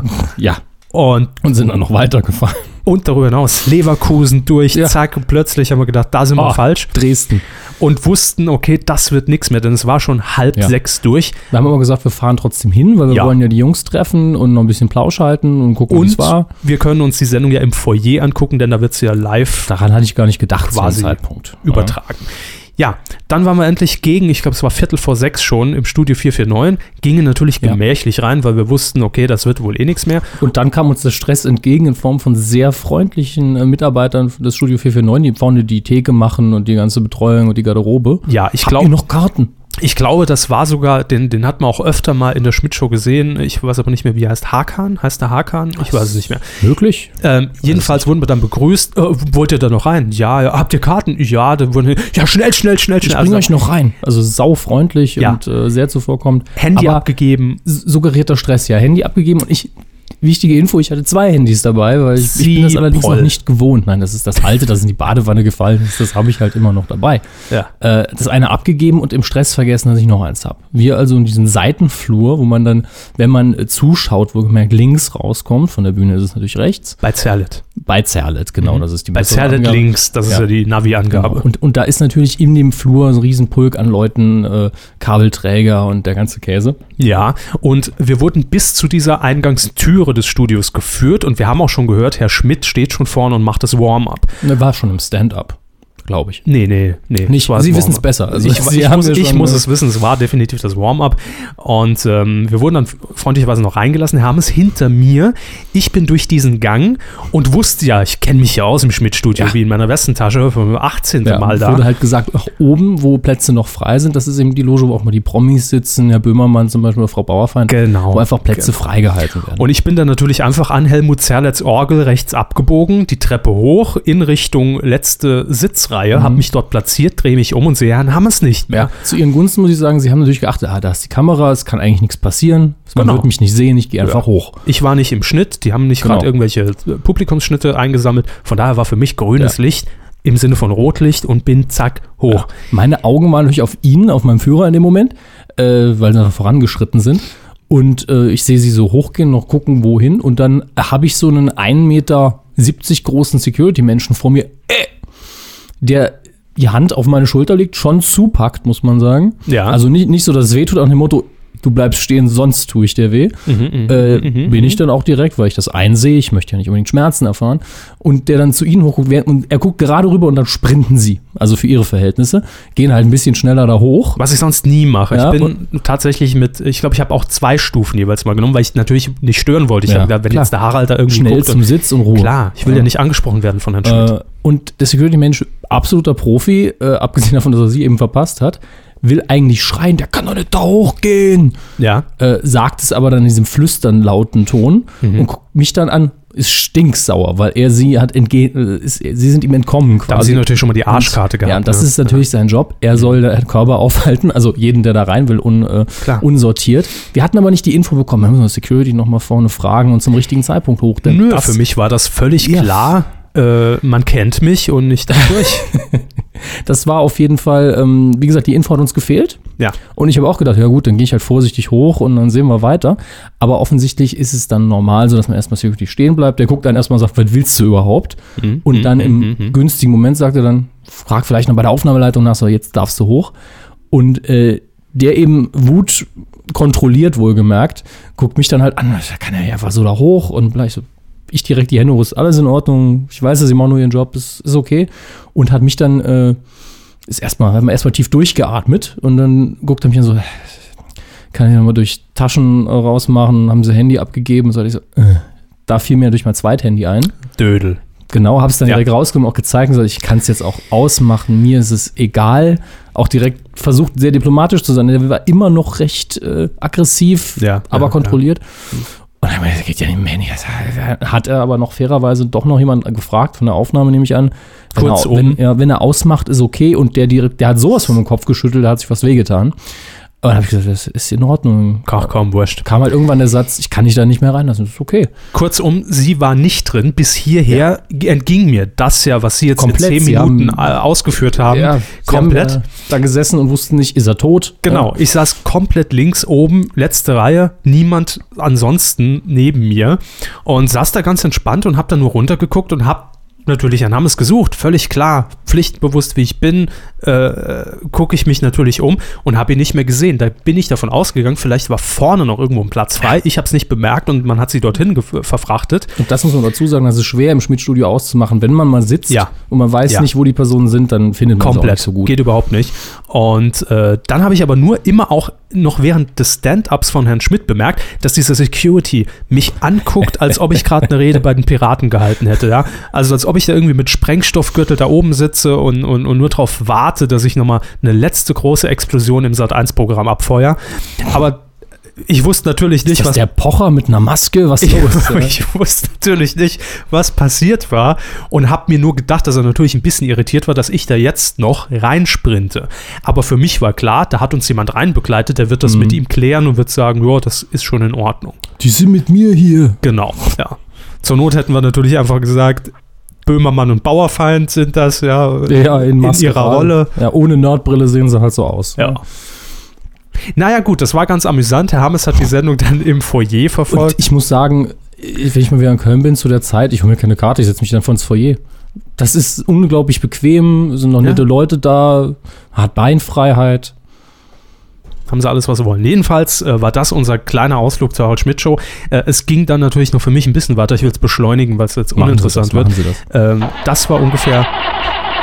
Und sind dann noch weitergefahren. Und darüber hinaus Leverkusen durch, zack, und plötzlich haben wir gedacht, da sind wir falsch. Dresden. Und wussten, okay, das wird nichts mehr, denn es war schon 5:30 durch. Da haben wir aber gesagt, wir fahren trotzdem hin, weil wir wollen ja die Jungs treffen und noch ein bisschen Plausch halten und gucken, wie es war. Wir können uns die Sendung ja im Foyer angucken, denn da wird sie ja live. Daran hatte ich gar nicht gedacht, quasi zu dem Zeitpunkt. Übertragen. Ja, dann waren wir endlich ich glaube, es war 5:45 schon im Studio 449, gingen natürlich gemächlich rein, weil wir wussten, okay, das wird wohl eh nichts mehr. Und dann kam uns der Stress entgegen in Form von sehr freundlichen Mitarbeitern des Studio 449, die vorne die Theke machen und die ganze Betreuung und die Garderobe. Ja, ich glaube. noch Karten? Ich glaube, das war sogar, den hat man auch öfter mal in der Schmidt-Show gesehen. Ich weiß aber nicht mehr, wie er heißt. Hakan? Heißt der Hakan? Ich weiß es nicht mehr. Möglich? Jedenfalls wurden wir dann begrüßt. Wollt ihr da noch rein? Ja. Habt ihr Karten? Ja. Dann wurden schnell. Ich bringe euch noch rein. Also saufreundlich und sehr zuvorkommend. Handy abgegeben. Suggerierter Stress, ja. Handy abgegeben und wichtige Info, ich hatte 2 Handys dabei, weil ich bin das allerdings noch nicht gewohnt. Nein, das ist das alte, das in die Badewanne gefallen ist, das habe ich halt immer noch dabei. Ja. Das eine abgegeben und im Stress vergessen, dass ich noch eins habe. Wir also in diesem Seitenflur, wo man dann, wenn man zuschaut, wohlgemerkt links rauskommt, von der Bühne ist es natürlich rechts. Bei Zerlett, genau, das ist die Bei Zerlett links, das ist ja die Navi-Angabe. Genau. Und da ist natürlich in dem Flur so ein Riesenpulk an Leuten, Kabelträger und der ganze Käse. Ja, und wir wurden bis zu dieser Eingangstüre des Studios geführt und wir haben auch schon gehört, Herr Schmidt steht schon vorne und macht das Warm-up. Er war schon im Stand-up. glaube ich. Nee. Nicht, Sie wissen es besser. Also ich muss es wissen, es war definitiv das Warm-up. Und wir wurden dann freundlicherweise noch reingelassen. Hermes hinter mir. Ich bin durch diesen Gang und wusste ja, ich kenne mich ja aus im Schmidt-Studio, wie in meiner Westentasche vom 18. Mal da. Wurde halt gesagt, auch oben, wo Plätze noch frei sind, das ist eben die Loge, wo auch mal die Promis sitzen, Herr Böhmermann zum Beispiel, Frau Bauerfeind, genau, wo einfach Plätze freigehalten werden. Und ich bin dann natürlich einfach an Helmut Zerlett's Orgel rechts abgebogen, die Treppe hoch in Richtung letzte Sitzreihe, habe mich dort platziert, drehe mich um und sehe Herrn Hammes nicht mehr. Ja, zu Ihren Gunsten muss ich sagen, Sie haben natürlich geachtet, da ist die Kamera, es kann eigentlich nichts passieren, man wird mich nicht sehen, ich gehe einfach hoch. Ich war nicht im Schnitt, die haben nicht gerade irgendwelche Publikumsschnitte eingesammelt, von daher war für mich grünes Licht im Sinne von Rotlicht und bin zack hoch. Ja. Meine Augen waren natürlich auf ihn, auf meinem Führer in dem Moment, weil sie da vorangeschritten sind. Und ich sehe sie so hochgehen, noch gucken, wohin. Und dann habe ich so einen 1,70 Meter großen Security-Menschen vor mir, der die Hand auf meine Schulter legt, schon zupackt, muss man sagen. Ja. Also nicht so, dass es weh tut, nach dem Motto, du bleibst stehen, sonst tue ich dir weh. Bin ich dann auch direkt, weil ich das einsehe, ich möchte ja nicht unbedingt Schmerzen erfahren. Und der dann zu ihnen hochguckt, und er guckt gerade rüber und dann sprinten sie, also für ihre Verhältnisse, gehen halt ein bisschen schneller da hoch. Was ich sonst nie mache. Ja, ich bin tatsächlich ich glaube, ich habe auch 2 Stufen jeweils mal genommen, weil ich natürlich nicht stören wollte. Ich habe gedacht, wenn jetzt der Harald da irgendwie schnell zum Sitz und Ruhe. Klar, ich will ja nicht angesprochen werden von Herrn Schmidt. Und der Security-Mensch, absoluter Profi, abgesehen davon, dass er sie eben verpasst hat, will eigentlich schreien, der kann doch nicht da hochgehen. Ja. Sagt es aber dann in diesem flüstern lauten Ton und guckt mich dann an, ist stinksauer, weil sie sind ihm entkommen quasi. Da haben sie natürlich schon mal die Arschkarte gehabt. Ja, und das ist natürlich sein Job. Er soll Herrn Körber aufhalten, also jeden, der da rein will, unsortiert. Wir hatten aber nicht die Info bekommen, wir müssen das Security nochmal vorne fragen und zum richtigen Zeitpunkt hoch. Denn Nö, für mich war das völlig klar. Man kennt mich und nicht dadurch. Das war auf jeden Fall, wie gesagt, die Info hat uns gefehlt. Ja. Und ich habe auch gedacht, ja gut, dann gehe ich halt vorsichtig hoch und dann sehen wir weiter. Aber offensichtlich ist es dann normal so, dass man erstmal Security stehen bleibt. Der guckt dann erstmal und sagt, was willst du überhaupt? Und dann im günstigen Moment sagt er dann, frag vielleicht noch bei der Aufnahmeleitung nach, so jetzt darfst du hoch. Und der eben Wut kontrolliert, wohlgemerkt, guckt mich dann halt an, da kann er ja einfach so da hoch und gleich so, ich direkt die Hände hoch, ist alles in Ordnung, ich weiß, sie machen nur ihren Job, ist okay. Und hat mich dann, haben wir erstmal tief durchgeatmet und dann guckt er mich an so, kann ich nochmal durch Taschen rausmachen, haben sie Handy abgegeben, so, da fiel mir durch mein Zweithandy ein. Dödel. Genau, habe es dann direkt rausgenommen, auch gezeigt und gesagt, ich kann es jetzt auch ausmachen, mir ist es egal. Auch direkt versucht, sehr diplomatisch zu sein, der war immer noch recht aggressiv, aber kontrolliert. Ja. Und dann das geht ja nicht mehr. Hat er aber noch fairerweise doch noch jemand gefragt, von der Aufnahme nehme ich an. Wenn er ausmacht, ist okay. Und der hat sowas von dem Kopf geschüttelt, der hat sich was wehgetan. Und dann habe ich gesagt, das ist in Ordnung. Kaum wurscht. Kam halt irgendwann der Satz, ich kann dich da nicht mehr reinlassen, das ist okay. Kurzum, sie war nicht drin. Bis hierher entging mir das ja, was sie jetzt komplett, in 10 Minuten ausgeführt haben. Ja, komplett. Haben da gesessen und wussten nicht, ist er tot? Genau, ich saß komplett links oben, letzte Reihe, niemand ansonsten neben mir und saß da ganz entspannt und hab da nur runtergeguckt und hab natürlich einen Hammes gesucht, völlig klar, pflichtbewusst wie ich bin, gucke ich mich natürlich um und habe ihn nicht mehr gesehen. Da bin ich davon ausgegangen, vielleicht war vorne noch irgendwo ein Platz frei. Ich habe es nicht bemerkt und man hat sie dorthin verfrachtet. Und das muss man dazu sagen, das ist schwer im Schmidt-Studio auszumachen. Wenn man mal sitzt und man weiß nicht, wo die Personen sind, dann findet man es auch nicht so gut. Geht überhaupt nicht. Und dann habe ich aber nur immer auch noch während des Stand-Ups von Herrn Schmidt bemerkt, dass dieser Security mich anguckt, als ob ich gerade eine Rede bei den Piraten gehalten hätte. Ja? Also als ob ich da irgendwie mit Sprengstoffgürtel da oben sitze und nur darauf warte, dass ich nochmal eine letzte große Explosion im Sat.1-Programm abfeuere. Aber ich wusste natürlich nicht, was der Pocher mit einer Maske, was los ist. Ich wusste natürlich nicht, was passiert war und habe mir nur gedacht, dass er natürlich ein bisschen irritiert war, dass ich da jetzt noch reinsprinte. Aber für mich war klar, da hat uns jemand reinbegleitet, der wird das mit ihm klären und wird sagen, ja, das ist schon in Ordnung. Die sind mit mir hier. Genau, ja. Zur Not hätten wir natürlich einfach gesagt, Böhmermann und Bauerfeind sind das, in ihrer Rolle. Ja, ohne Nerdbrille sehen sie halt so aus. Ja. Naja gut, das war ganz amüsant. Herr Hammes hat die Sendung dann im Foyer verfolgt. Und ich muss sagen, wenn ich mal wieder in Köln bin zu der Zeit, ich hole mir keine Karte, ich setze mich dann vor ins Foyer. Das ist unglaublich bequem, sind noch nette Leute da, hat Beinfreiheit. Haben sie alles, was sie wollen. Jedenfalls war das unser kleiner Ausflug zur Harald-Schmidt-Show. Es ging dann natürlich noch für mich ein bisschen weiter. Ich will es beschleunigen, weil es jetzt uninteressant wird. Das war ungefähr...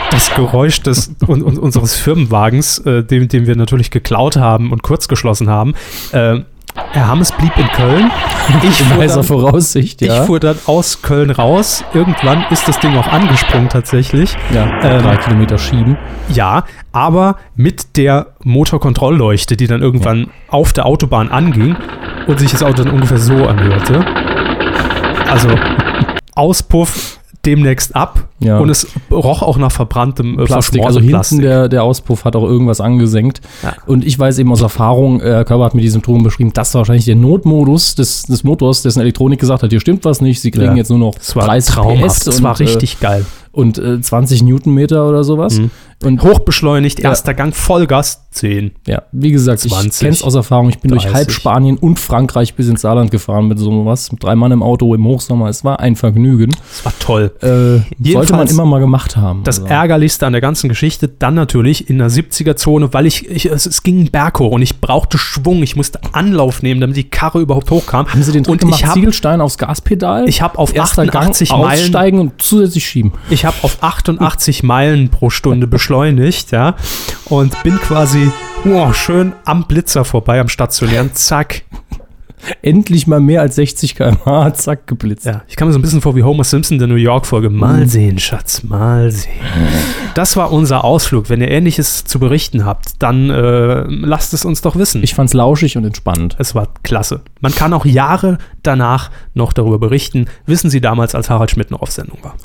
das Geräusch unseres Firmenwagens, den wir natürlich geklaut haben und kurzgeschlossen haben. Herr Hammes blieb in Köln. In weiser Voraussicht, ja. Ich fuhr dann aus Köln raus. Irgendwann ist das Ding auch angesprungen tatsächlich. Ja, 3 Kilometer schieben. Ja, aber mit der Motorkontrollleuchte, die dann irgendwann auf der Autobahn anging und sich das Auto dann ungefähr so anhörte. Also Auspuff demnächst ab und es roch auch nach verbranntem Plastik. Also hinten der Auspuff hat auch irgendwas angesenkt. Ja. Und ich weiß eben aus Erfahrung, Körber hat mit diesem Ton beschrieben, das war wahrscheinlich der Notmodus des Motors, dessen Elektronik gesagt hat, hier stimmt was nicht, sie kriegen jetzt nur noch 30 PS. Das war richtig geil. Und 20 Newtonmeter oder sowas. Mhm. Und hochbeschleunigt, erster Gang, Vollgas, 10. Ja, wie gesagt, 20, ich kenne es aus Erfahrung. Ich bin 30. Durch halb Spanien und Frankreich bis ins Saarland gefahren mit so was. Mit 3 Mann im Auto im Hochsommer. Es war ein Vergnügen. Es war toll. Sollte man immer mal gemacht haben. Das Ärgerlichste an der ganzen Geschichte, dann natürlich in der 70er-Zone, weil es ging einen Berg hoch und ich brauchte Schwung. Ich musste Anlauf nehmen, damit die Karre überhaupt hochkam. Haben Sie den Trick gemacht, Ziegelstein aufs Gaspedal? Ich habe auf 88 Meilen aussteigen und zusätzlich schieben. Ich habe auf 88 Meilen pro Stunde beschleunigt, ja, und bin quasi schön am Blitzer vorbei, am stationären, zack. Endlich mal mehr als 60 km/h, zack, geblitzt. Ja, ich kam mir so ein bisschen vor wie Homer Simpson in der New York-Folge. Mal sehen, Schatz, mal sehen. Das war unser Ausflug. Wenn ihr Ähnliches zu berichten habt, dann lasst es uns doch wissen. Ich fand's lauschig und entspannend. Es war klasse. Man kann auch Jahre danach noch darüber berichten. Wissen Sie damals, als Harald Schmidt noch auf Sendung war.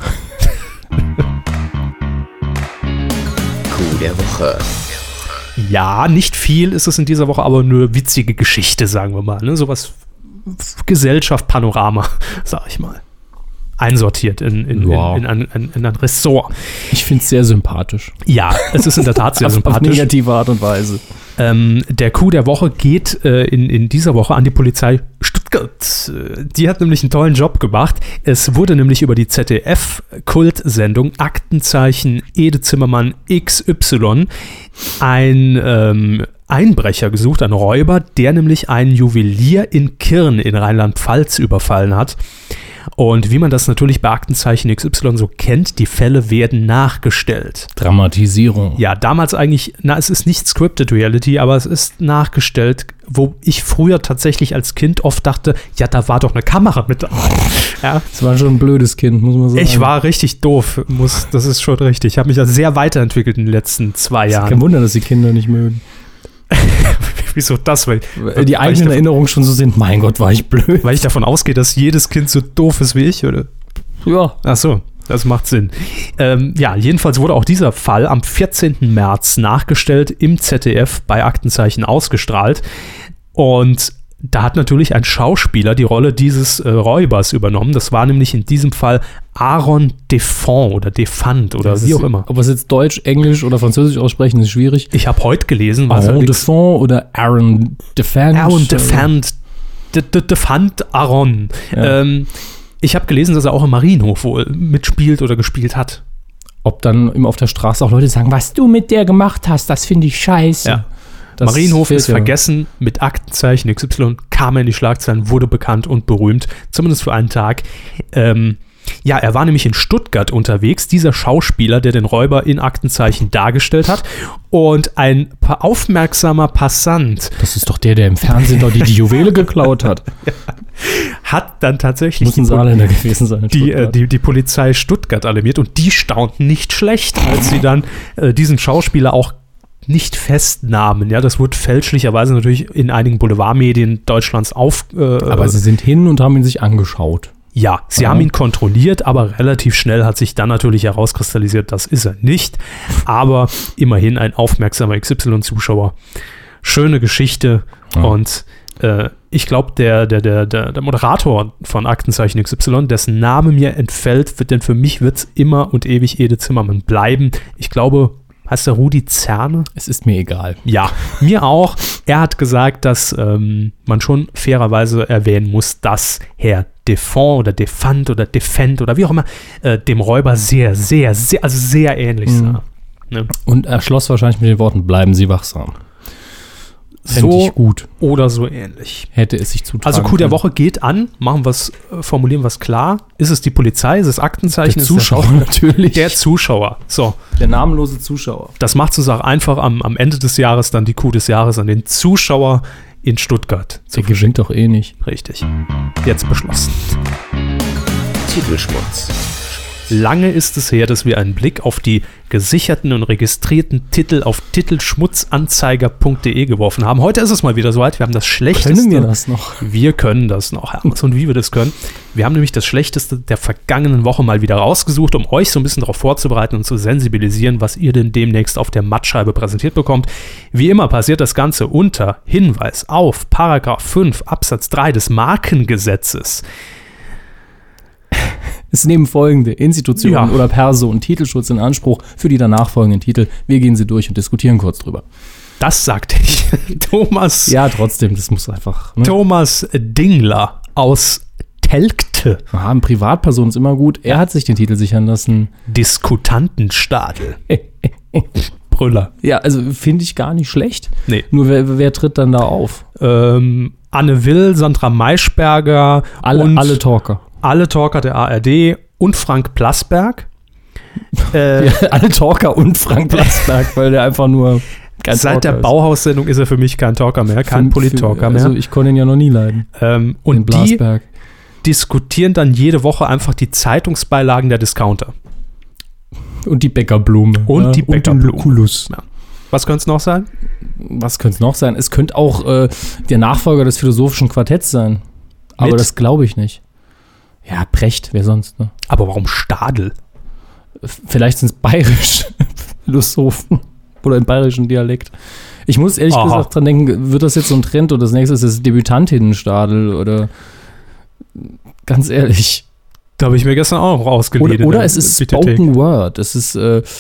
Coup der Woche. Ja, nicht viel ist es in dieser Woche, aber eine witzige Geschichte, sagen wir mal. Ne? Sowas Gesellschaft, Panorama, sag ich mal. Einsortiert in ein Ressort. Ich finde es sehr sympathisch. Ja, es ist in der Tat sehr sympathisch. Auf negative Art und Weise. Der Coup der Woche geht in dieser Woche an die Polizei Stuttgart. Die hat nämlich einen tollen Job gemacht. Es wurde nämlich über die ZDF-Kultsendung Aktenzeichen Ede Zimmermann XY ein Einbrecher gesucht, ein Räuber, der nämlich einen Juwelier in Kirn in Rheinland-Pfalz überfallen hat. Und wie man das natürlich bei Aktenzeichen XY so kennt, die Fälle werden nachgestellt. Dramatisierung. Ja, damals eigentlich, es ist nicht Scripted Reality, aber es ist nachgestellt, wo ich früher tatsächlich als Kind oft dachte, ja, da war doch eine Kamera mit dabei. Ja. Das war schon ein blödes Kind, muss man sagen. Ich war richtig doof, das ist schon richtig. Ich habe mich ja sehr weiterentwickelt in den letzten 2 Jahren. Kein Wunder, dass die Kinder nicht mögen. Wieso das? Weil die eigenen Erinnerungen schon so sind, mein Gott, war ich blöd. Weil ich davon ausgehe, dass jedes Kind so doof ist wie ich, oder? Ja. Ach so, das macht Sinn. Jedenfalls wurde auch dieser Fall am 14. März nachgestellt, im ZDF bei Aktenzeichen ausgestrahlt. Und da hat natürlich ein Schauspieler die Rolle dieses Räubers übernommen. Das war nämlich in diesem Fall Aaron Defant oder Defant oder wie auch immer. Ob wir es jetzt Deutsch, Englisch oder Französisch aussprechen, ist schwierig. Ich habe heute gelesen, Aaron Defant oder Aaron Defant. Aaron Defant. Defant Aaron. Ja. Ich habe gelesen, dass er auch im Marienhof wohl mitspielt oder gespielt hat. Ob dann immer auf der Straße auch Leute sagen, was du mit der gemacht hast, das finde ich scheiße. Ja. Marienhof ist vergessen, mit Aktenzeichen XY kam er in die Schlagzeilen, wurde bekannt und berühmt, zumindest für einen Tag. Er war nämlich in Stuttgart unterwegs, dieser Schauspieler, der den Räuber in Aktenzeichen dargestellt hat. Und ein aufmerksamer Passant. Das ist doch der im Fernsehen die Juwele geklaut hat. Ja, hat dann tatsächlich die Polizei Stuttgart alarmiert und die staunten nicht schlecht, als sie dann diesen Schauspieler auch nicht festnahmen. Ja, das wurde fälschlicherweise natürlich in einigen Boulevardmedien Deutschlands aber sie sind hin und haben ihn sich angeschaut. Ja, sie haben ihn kontrolliert, aber relativ schnell hat sich dann natürlich herauskristallisiert, das ist er nicht. Aber immerhin ein aufmerksamer XY-Zuschauer. Schöne Geschichte. Und ich glaube, der Moderator von Aktenzeichen XY, dessen Name mir entfällt, denn für mich wird es immer und ewig Ede Zimmermann bleiben. Ich glaube, heißt der Rudi Zerne? Es ist mir egal. Ja, mir auch. Er hat gesagt, dass man schon fairerweise erwähnen muss, dass Herr Defant oder Defant oder Defend oder wie auch immer dem Räuber sehr, sehr, sehr, also sehr ähnlich sah. Ne? Und er schloss wahrscheinlich mit den Worten, bleiben Sie wachsam. Fände ich gut. oder so ähnlich. Hätte es sich zutragen Also Coup der können. Woche geht an, formulieren wir es klar. Ist es die Polizei, ist es Aktenzeichen? Der ist es Zuschauer natürlich. Der Zuschauer. So, Der namenlose Zuschauer. das macht es uns auch einfach am Ende des Jahres dann die Coup des Jahres an den Zuschauer in Stuttgart zu Der gewinnt doch eh nicht. Richtig. Jetzt beschlossen. Titelschmutz. Lange ist es her, dass wir einen Blick auf die gesicherten und registrierten Titel auf titelschmutzanzeiger.de geworfen haben. Heute ist es mal wieder soweit. Wir haben das Schlechteste. Können wir das noch? Wir können das noch, Hermes. Und wie wir das können. Wir haben nämlich das Schlechteste der vergangenen Woche mal wieder rausgesucht, um euch so ein bisschen darauf vorzubereiten und zu sensibilisieren, was ihr denn demnächst auf der Mattscheibe präsentiert bekommt. Wie immer passiert das Ganze unter Hinweis auf Paragraph 5 Absatz 3 des Markengesetzes. Es nehmen folgende Institutionen Ja. oder Personen Titelschutz in Anspruch für die danach folgenden Titel. Wir gehen sie durch und diskutieren kurz drüber. Das sagte ich. Thomas Ja, trotzdem, das muss einfach. Ne? Thomas Dingler aus Telgte. Eine Privatperson ist immer gut. Er hat sich den Titel sichern lassen. Diskutantenstadel. Brüller. Ja, also finde ich gar nicht schlecht. Nee. Nur wer tritt dann da auf? Anne Will, Sandra Maischberger Alle Talker. alle Talker der ARD und Frank Plasberg. Alle Talker und Frank Plasberg, weil der einfach nur kein Seit der Talker ist. Bauhaussendung ist er für mich kein Talker mehr, kein Polit-Talker mehr. Also ich konnte ihn ja noch nie leiden. Den Und die Blasberg. diskutieren dann jede Woche einfach die Zeitungsbeilagen der Discounter. Und die Bäckerblume. Und die Und Bäckerblume. den Lucullus. Was könnte es noch sein? Was könnte es noch sein? Es könnte auch der Nachfolger des philosophischen Quartetts sein. Aber Mit? das glaube ich nicht. Ja, Brecht, wer sonst, ne? Aber warum Stadel? Vielleicht sind es bayerische Philosophen oder im bayerischen Dialekt. Ich muss ehrlich Aha. gesagt dran denken, wird das jetzt so ein Trend oder das nächste ist das Debütantinnenstadel oder ganz ehrlich. Da habe ich mir gestern auch noch ausgeliehen. in Oder der es ist Bibliothek. Spoken Word. Es ist,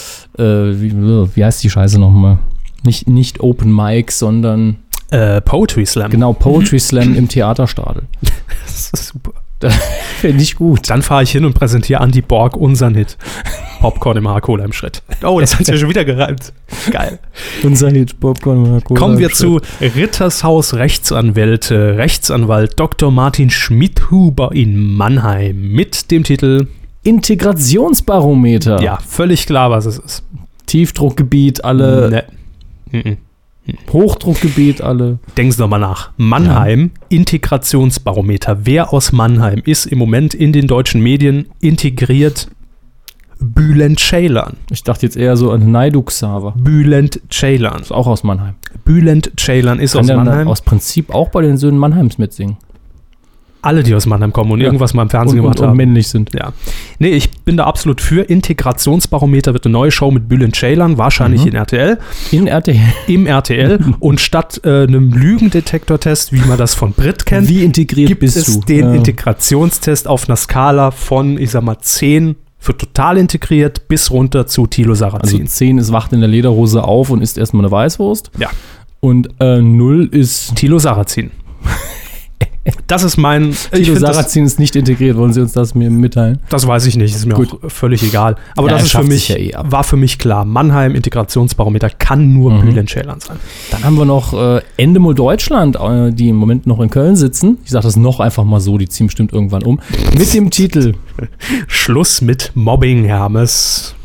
wie heißt die Scheiße nochmal? Nicht Open Mic, sondern Poetry Slam. genau Poetry Slam im Theaterstadel. Das ist super. Finde ich gut. Dann fahre ich hin und präsentiere Andy Borg unseren Hit. Popcorn im Cola im Schritt. Oh, das hat ja schon wieder gereimt. Geil. Unser Hit Popcorn. Kommen wir zu Rittershaus Rechtsanwälte, Rechtsanwalt Dr. Martin Schmidhuber in Mannheim mit dem Titel, Integrationsbarometer. ja, völlig klar, was es ist. Tiefdruckgebiet, alle. Ne. Mhm. Hochdruckgebiet, alle. Denken Sie doch mal nach. Mannheim, Integrationsbarometer. Wer aus Mannheim ist im Moment in den deutschen Medien integriert? Bülent Ceylan. Ich dachte jetzt eher so an Naidu Xaver. Bülent Ceylan. Ist auch aus Mannheim. Bülent Ceylan ist Kann aus der Mannheim. aus Prinzip auch bei den Söhnen Mannheims mitsingen. Alle, die aus Mannheim kommen und Ja. irgendwas mal im Fernsehen gemacht und haben. männlich sind. Ja. Nee, ich bin da absolut für. Integrationsbarometer wird eine neue Show mit Bülent Ceylan, wahrscheinlich in RTL, In RTL. im RTL. Und statt einem Lügendetektortest, wie man das von Brit kennt, Wie integriert gibt bist es du? den Ja. Integrationstest auf einer Skala von, ich sag mal, 10 für total integriert bis runter zu Thilo Also Sarrazin. 10 ist wacht in der Lederhose auf und isst erstmal eine Weißwurst. Ja. Und 0 ist. Thilo Sarrazin. Das ist mein. Ich Thilo find das, Sarrazin ist nicht integriert. Wollen Sie uns das mir mitteilen? das weiß ich nicht, ist mir Gut. auch völlig egal. Aber Ja, das er ist für schafft mich, sich ja eh ab. war für mich klar. Mannheim Integrationsbarometer kann nur Bülent Ceylan sein. Dann haben wir noch Endemol Deutschland, die im Moment noch in Köln sitzen. Ich sage das noch einfach mal so, die ziehen bestimmt irgendwann um. Mit dem Titel. Schluss mit Mobbing, Hermes.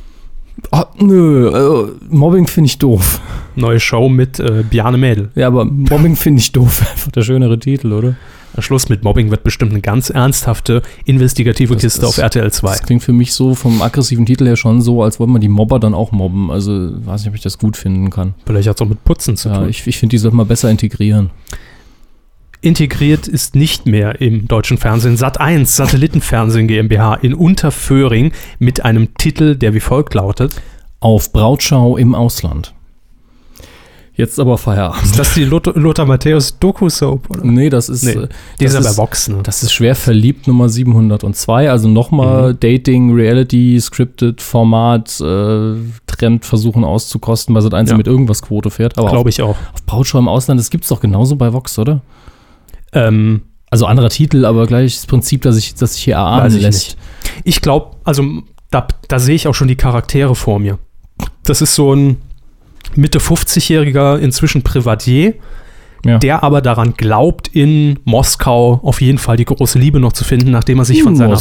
Mobbing finde ich doof. Neue Show mit Bjarne Mädel. Ja, aber Mobbing finde ich doof. Einfach der schönere Titel, oder? Schluss mit Mobbing wird bestimmt eine ganz ernsthafte investigative Kiste auf RTL 2. Das klingt für mich so vom aggressiven Titel her schon so, als wollte man die Mobber dann auch mobben. Also weiß nicht, ob ich das gut finden kann. Vielleicht hat es auch mit Putzen zu Ja, tun. ich finde, die sollten mal besser integrieren. Integriert ist nicht mehr im deutschen Fernsehen Sat1, Satellitenfernsehen GmbH in Unterföhring mit einem Titel, der wie folgt lautet. Auf Brautschau im Ausland. Jetzt aber Feierabend. Ist das die Lothar Matthäus Doku-Soap? Oder? Nee, das ist, Nee, die ist ja bei Vox, ne? Das ist schwer verliebt Nummer 702, also nochmal Dating, Reality, Scripted, Format, Trend versuchen auszukosten, weil Sat1 Ja. mit irgendwas Quote fährt. Aber Glaube ich auch. auf Brautschau im Ausland, das gibt's doch genauso bei Vox, oder? Ähm, Also anderer Titel, aber gleich das Prinzip, das sich hier erahnen Weiß ich lässt. Ich glaube, also da sehe ich auch schon die Charaktere vor mir. Das ist so ein Mitte 50-jähriger, inzwischen Privatier, der aber daran glaubt, in Moskau auf jeden Fall die große Liebe noch zu finden, nachdem er sich von seiner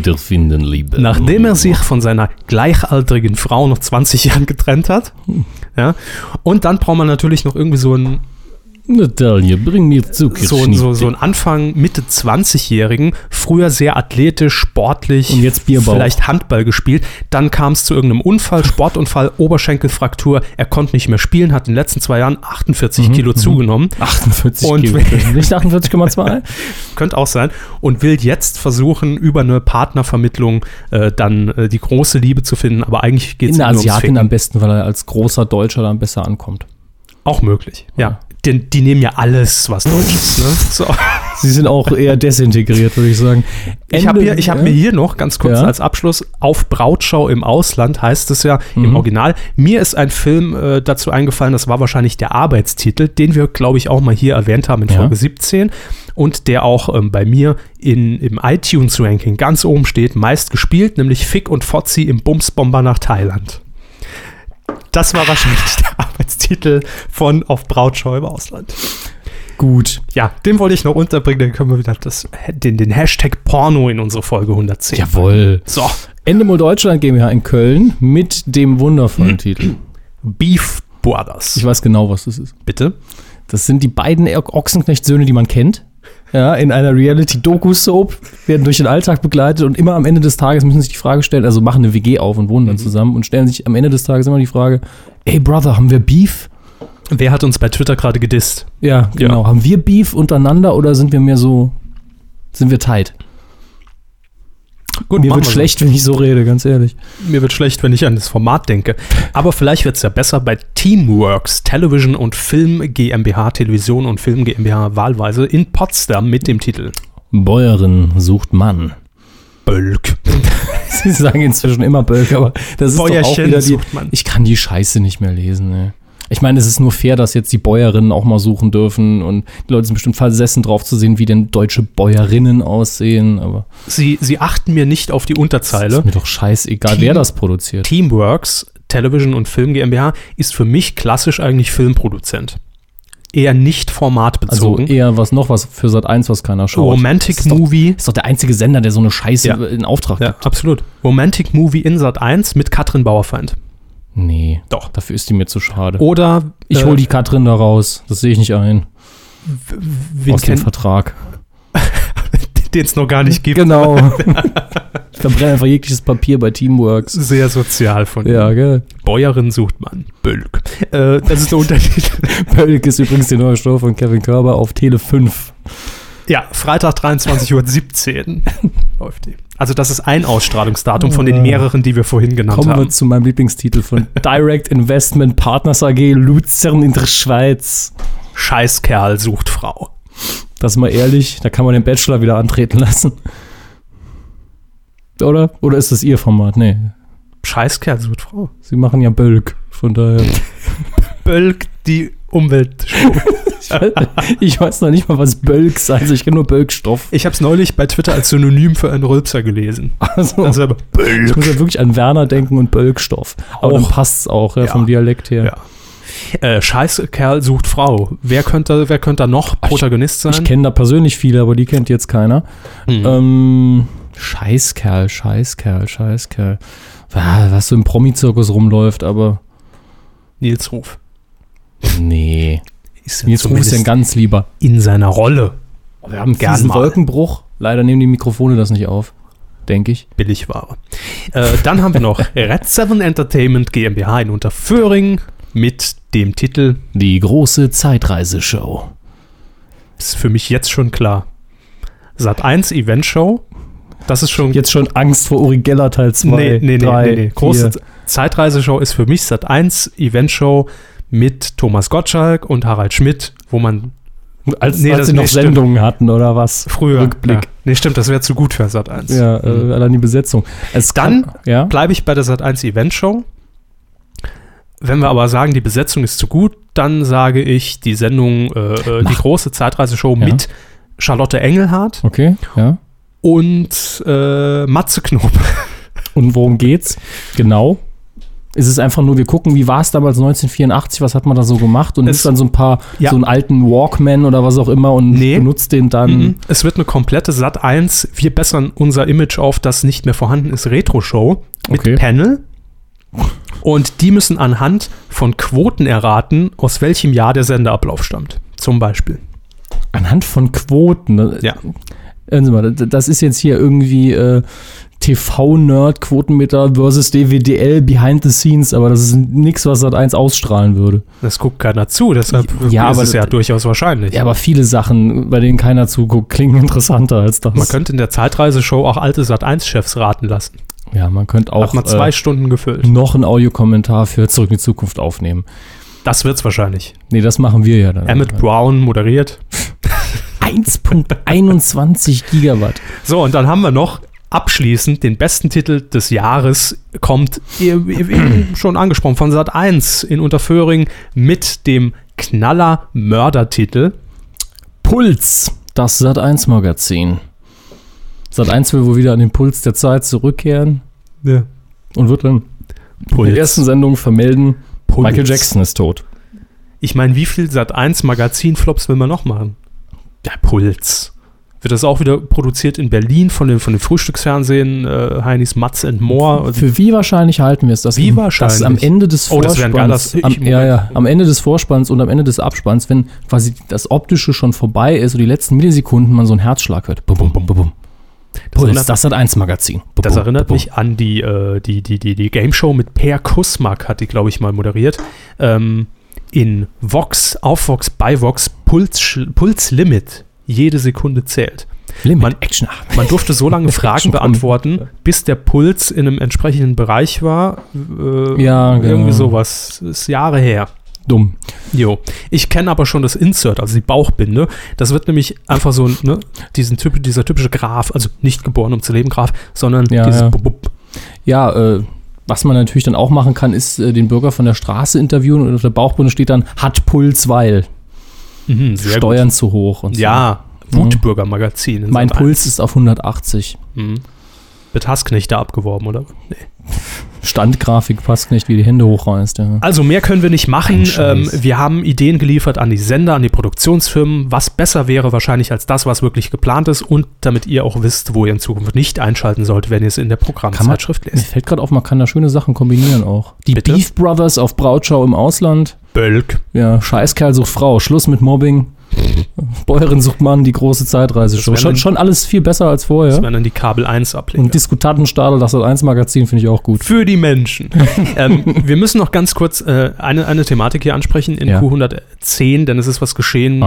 gleichaltrigen Frau noch 20 Jahren getrennt hat. Ja. Und dann braucht man natürlich noch irgendwie so ein Natalia, bring mir Zuckerschnitte. So ein Anfang, Mitte 20-Jährigen, früher sehr athletisch, sportlich, und jetzt Bierbauch. Vielleicht Handball gespielt. Dann kam es zu irgendeinem Unfall, Sportunfall, Oberschenkelfraktur. Er konnte nicht mehr spielen, hat in den letzten 2 Jahren 48 Kilo zugenommen. 48 und Kilo, nicht 48,2? Könnte auch sein. Und will jetzt versuchen, über eine Partnervermittlung dann die große Liebe zu finden. Aber eigentlich geht es nur ums Asiatin am besten, weil er als großer Deutscher dann besser ankommt. Auch möglich, ja. Die nehmen ja alles, was deutsch ist. Ne? So. Sie sind auch eher desintegriert, würde ich sagen. Ich habe mir hier noch, ganz kurz als Abschluss, auf Brautschau im Ausland heißt es ja im Original. Mir ist ein Film dazu eingefallen, das war wahrscheinlich der Arbeitstitel, den wir, glaube ich, auch mal hier erwähnt haben in Folge 17 und der auch bei mir im iTunes-Ranking ganz oben steht, meist gespielt, nämlich Fick und Fotzi im Bumsbomber nach Thailand. Das war wahrscheinlich der Arbeitstitel von Auf Brautschau im Ausland. Gut. Ja, den wollte ich noch unterbringen, dann können wir wieder den Hashtag Porno in unsere Folge 110. Jawohl. So. Endemol Deutschland GmbH in Köln mit dem wundervollen Titel Beef Brothers. Ich weiß genau, was das ist. Bitte? Das sind die beiden Ochsenknecht-Söhne, die man kennt. Ja, in einer Reality-Doku-Soap, werden durch den Alltag begleitet und immer am Ende des Tages müssen sich die Frage stellen, also machen eine WG auf und wohnen dann zusammen und stellen sich am Ende des Tages immer die Frage, hey Brother, haben wir Beef? Wer hat uns bei Twitter gerade gedisst? Ja, genau. Ja. Haben wir Beef untereinander oder sind wir tight? Gut, mir wird schlecht, wenn ich so rede, ganz ehrlich. Mir wird schlecht, wenn ich an das Format denke. Aber vielleicht wird es ja besser bei Teamworks, Television und Film GmbH, Television und Film GmbH wahlweise in Potsdam mit dem Titel Bäuerin sucht Mann. Bölk. Sie sagen inzwischen immer Bölk, aber das ist Bäuerchen doch auch wieder sucht Mann. Ich kann die Scheiße nicht mehr lesen, ey. Ich meine, es ist nur fair, dass jetzt die Bäuerinnen auch mal suchen dürfen und die Leute sind bestimmt versessen drauf zu sehen, wie denn deutsche Bäuerinnen aussehen, aber Sie achten mir nicht auf die Unterzeile. Ist mir doch scheißegal, wer das produziert. Teamworks, Television und Film GmbH ist für mich klassisch eigentlich Filmproduzent. Eher nicht formatbezogen. Also eher was für Sat.1, was keiner schaut. Romantic Movie. Ist doch der einzige Sender, der so eine Scheiße in Auftrag gibt. Ja, absolut. Romantic Movie in Sat.1 mit Katrin Bauerfeind. Nee, doch. Dafür ist die mir zu schade. Oder ich hole die Katrin da raus. Das sehe ich nicht ein. Aus dem Vertrag. Den es noch gar nicht gibt. Genau. Ich verbrenne einfach jegliches Papier bei Teamworks. Sehr sozial von ihm. Ja, gell. Bäuerin sucht man. Bölk. Das ist der Untertitel. Bölk ist übrigens die neue Show von Kevin Körber auf Tele 5. Ja, Freitag 23:17 Uhr läuft die. Also das ist ein Ausstrahlungsdatum von den mehreren, die wir vorhin genannt haben. Kommen wir zu meinem Lieblingstitel von Direct Investment Partners AG Luzern in der Schweiz. Scheißkerl sucht Frau. Das ist mal ehrlich, da kann man den Bachelor wieder antreten lassen. Oder? Oder ist das ihr Format? Nee. Scheißkerl sucht Frau. Sie machen ja Bölk, von daher. Bölk, die Umweltshow. Ich weiß noch nicht mal, was Bölk ist. Also ich kenne nur Bölkstoff. Ich habe es neulich bei Twitter als Synonym für einen Rülpser gelesen. Also, aber Bölk. Ich muss ja wirklich an Werner denken und Bölkstoff. Aber dann passt es auch, vom Dialekt her. Ja. Scheißkerl sucht Frau. Wer könnte da noch Protagonist sein? Ich kenne da persönlich viele, aber die kennt jetzt keiner. Scheißkerl. Was so im Promi-Zirkus rumläuft, aber Nils Ruf. Nee. Nils Ruf ist ja ganz lieber. In seiner Rolle. Wir haben einen Wolkenbruch. Leider nehmen die Mikrofone das nicht auf. Denke ich. Billigware. Dann haben wir noch Red 7 Entertainment GmbH in Unterföhring mit dem Titel Die große Zeitreiseshow. Ist für mich jetzt schon klar. Sat.1 Eventshow. Das ist schon. Jetzt schon Angst vor Uri Geller Teil 2. Nee. Große Zeitreiseshow ist für mich Sat.1 Eventshow mit Thomas Gottschalk und Harald Schmidt, wo man. Als sie noch Sendungen hatten, oder was? Früher. Rückblick. Ja. Nee, stimmt, das wäre zu gut für Sat.1. Ja, allein die Besetzung. Dann bleibe ich bei der Sat.1 Eventshow. Wenn wir aber sagen, die Besetzung ist zu gut, dann sage ich die Sendung, die große Zeitreiseshow mit Charlotte Engelhardt. Okay, ja. Und Matze Knob. Und worum geht's? Genau. Ist es einfach nur, wir gucken, wie war es damals 1984, was hat man da so gemacht und nimmt dann so ein paar, so einen alten Walkman oder was auch immer und benutzt den dann. Es wird eine komplette Sat.1, wir bessern unser Image auf, das nicht mehr vorhanden ist, Retro-Show mit Panel. Und die müssen anhand von Quoten erraten, aus welchem Jahr der Sendeablauf stammt. Zum Beispiel. Anhand von Quoten? Ne? Ja. Hören Sie mal, das ist jetzt hier irgendwie TV-Nerd-Quotenmeter versus DWDL Behind the Scenes, aber das ist nichts, was Sat.1 ausstrahlen würde. Das guckt keiner zu, deshalb ist es ja durchaus wahrscheinlich. Ja, aber viele Sachen, bei denen keiner zuguckt, klingen interessanter als das. Man könnte in der Zeitreise-Show auch alte Sat.1-Chefs raten lassen. Ja, man könnte auch hat man 2 Stunden gefüllt. Noch einen Audiokommentar für Zurück in die Zukunft aufnehmen. Das wird's wahrscheinlich. Nee, das machen wir ja dann. Emmett Brown moderiert. 1,21 Gigawatt. So, und dann haben wir noch abschließend den besten Titel des Jahres, kommt schon angesprochen von Sat.1 in Unterföhring mit dem Knaller-Mörder-Titel Puls, das Sat.1-Magazin. Sat.1 will wohl wieder an den Puls der Zeit zurückkehren und wird dann in der ersten Sendung vermelden, Michael Jackson ist tot. Ich meine, wie viel Sat.1-Magazin-Flops will man noch machen? Der Puls. Wird das auch wieder produziert in Berlin von dem Frühstücksfernsehen Heinis Matz and More? Für wie wahrscheinlich halten wir es? Dass wie wahrscheinlich? Dass am Ende des Vorspanns, am Ende des Vorspanns und am Ende des Abspanns, wenn quasi das Optische schon vorbei ist und die letzten Millisekunden man so einen Herzschlag hört. Bum, bum, bum, bum. Puls, das Sat.1-Magazin. Das erinnert mich an die Game Show mit Per Kusmak, hat die, glaube ich, mal moderiert. In Vox, auf Vox, bei Vox, Puls Limit. Jede Sekunde zählt. Man durfte so lange Fragen beantworten, bis der Puls in einem entsprechenden Bereich war. Irgendwie sowas. Das ist Jahre her. Dumm. Jo. Ich kenne aber schon das Insert, also die Bauchbinde. Das wird nämlich einfach so, dieser typische Graf, also nicht geboren, um zu leben, Graf, sondern dieses Bub. Ja, was man natürlich dann auch machen kann, ist den Bürger von der Straße interviewen und auf der Bauchbinde steht dann, hat Puls, weil. Steuern zu hoch und so. Ja, Wutbürger-Magazin. Mein Puls ist auf 180. Wird Hassknecht abgeworben, oder? Nee. Standgrafik passt nicht, wie die Hände hochreißt. Ja. Also mehr können wir nicht machen. Wir haben Ideen geliefert an die Sender, an die Produktionsfirmen, was besser wäre wahrscheinlich als das, was wirklich geplant ist und damit ihr auch wisst, wo ihr in Zukunft nicht einschalten sollt, wenn ihr es in der Programmzeitschrift lest. Mir fällt gerade auf, man kann da schöne Sachen kombinieren auch. Die Bitte? Beef Brothers auf Brautschau im Ausland. Bölk. Ja, Scheißkerl sucht Frau, Schluss mit Mobbing. Bäuerin sucht Mann, die große Zeitreise-Show. Schon alles viel besser als vorher. Das wären dann die Kabel 1-Ableger. Und Diskutantenstadel, das Sat.1-Magazin finde ich auch gut. Für die Menschen. Wir müssen noch ganz kurz eine Thematik hier ansprechen in Q110, denn es ist was geschehen,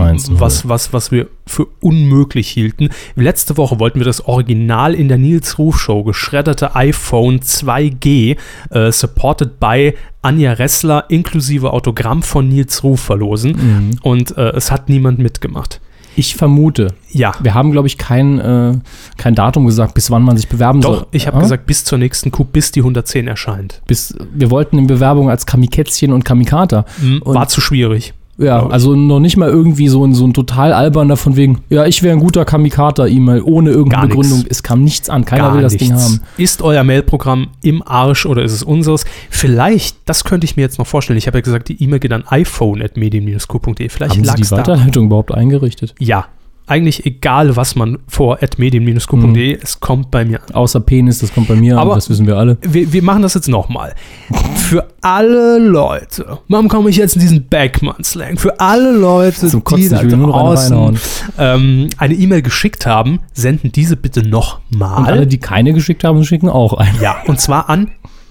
was wir für unmöglich hielten. Letzte Woche wollten wir das Original in der Nils Ruf Show geschredderte iPhone 2G supported by Anja Ressler inklusive Autogramm von Nils Ruf verlosen. Und es hat niemand mitgemacht. Ich vermute. Ja. Wir haben, glaube ich, kein Datum gesagt, bis wann man sich bewerben soll. Doch, ich habe gesagt, bis zur nächsten Q, bis die 110 erscheint. Wir wollten in Bewerbung als Kamikätzchen und Kamikata. War zu schwierig. Ja, also noch nicht mal irgendwie so ein total alberner von wegen, ja, ich wäre ein guter Kamikata-E-Mail, ohne irgendeine Begründung. Es kam nichts an, keiner will das Ding haben. Ist euer Mailprogramm im Arsch oder ist es unseres? Vielleicht, das könnte ich mir jetzt noch vorstellen, ich habe ja gesagt, die E-Mail geht an iphone@medien-q.de. Vielleicht haben Sie die Weiterleitung überhaupt eingerichtet? Ja. Eigentlich egal, was man vor @medien-q.de, es kommt bei mir an. Außer Penis, das kommt bei mir an, das wissen wir alle. Wir machen das jetzt nochmal. Für alle Leute, warum komme ich jetzt in diesen Beckmann-Slang? Für alle Leute, die da draußen eine E-Mail geschickt haben, senden diese bitte nochmal. Und alle, die keine geschickt haben, schicken auch eine. Ja, und zwar an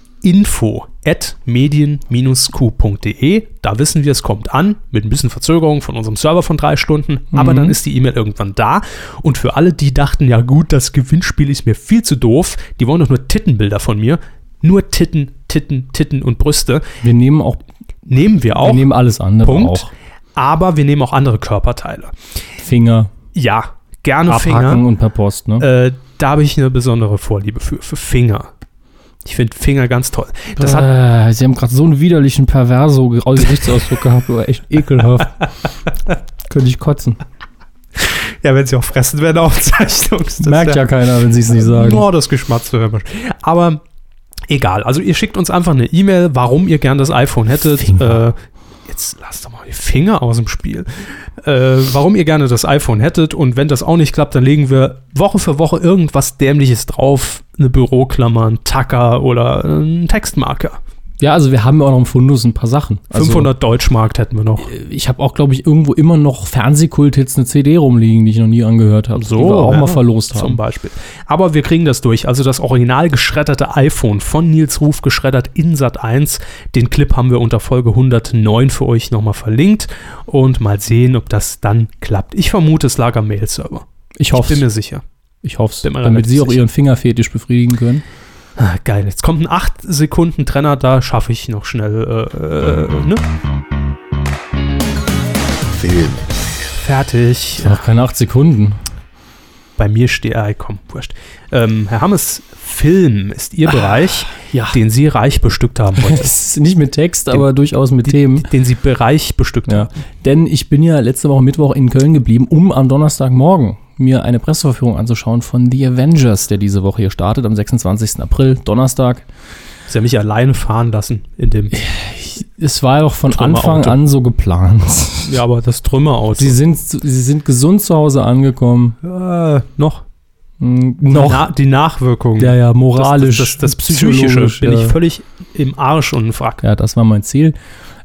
info@medien-q.de. Da wissen wir, es kommt an, mit ein bisschen Verzögerung von unserem Server von 3 Stunden, aber dann ist die E-Mail irgendwann da. Und für alle, die dachten, ja gut, das Gewinnspiel ist mir viel zu doof, die wollen doch nur Tittenbilder von mir. Nur Titten und Brüste. Nehmen wir auch. Wir nehmen alles andere auch. Aber wir nehmen auch andere Körperteile. Finger. Ja, gerne Abhaken Finger. Und per Post, ne? Da habe ich eine besondere Vorliebe für Finger. Ich finde Finger ganz toll. Sie haben gerade so einen widerlichen Perverso-Gesichtsausdruck gehabt, aber echt ekelhaft. Könnte ich kotzen. Ja, wenn sie auch fressen werden, Aufzeichnung. Merkt ja keiner, wenn sie es nicht sagen. Oh, das Geschmatze. Aber Egal, also ihr schickt uns einfach eine E-Mail, warum ihr gern das iPhone hättet. Jetzt lasst doch mal die Finger aus dem Spiel. Warum ihr gerne das iPhone hättet, und wenn das auch nicht klappt, dann legen wir Woche für Woche irgendwas Dämliches drauf. Eine Büroklammer, ein Tacker oder ein Textmarker. Ja, also wir haben ja auch noch im Fundus ein paar Sachen. 500 Deutschmark hätten wir noch. Ich habe auch, glaube ich, irgendwo immer noch Fernsehkult-Hits eine CD rumliegen, die ich noch nie angehört habe, So, die wir auch ja, mal verlost haben. Zum Beispiel. Aber wir kriegen das durch. Also das original geschredderte iPhone von Nils Ruf, geschreddert in Sat.1. Den Clip haben wir unter Folge 109 für euch nochmal verlinkt. Und mal sehen, ob das dann klappt. Ich vermute, es lag am Mail-Server. Ich hoffe bin mir sicher. Ich hoffe es, Bin mir damit relativ Sie auch sicher. Ihren Fingerfetisch befriedigen können. Ah, geil. Jetzt kommt ein 8 Sekunden Trenner, da schaffe ich noch schnell, ne? Film. Fertig. Das sind noch keine 8 Sekunden. Bei mir steht, komm, wurscht. Herr Hammes, Film ist Ihr Bereich, ja. den Sie reich bestückt haben heute. Das ist nicht mit Text, aber durchaus mit Themen. Den Sie bereich bestückt Ja. haben. Denn ich bin ja letzte Woche Mittwoch in Köln geblieben, um am Donnerstagmorgen mir eine Presseverführung anzuschauen von The Avengers, der diese Woche hier startet, am 26. April, Donnerstag. Sie haben mich alleine fahren lassen in dem, Es war doch von Trümmerauto. Anfang an so geplant. ja, aber das Trümmerauto. Sie sind gesund zu Hause angekommen. Noch. Noch. Die Nachwirkungen. Ja, moralisch, Das Psychische psychologisch, bin ja. ich völlig im Arsch und im Frack. Ja, das war mein Ziel.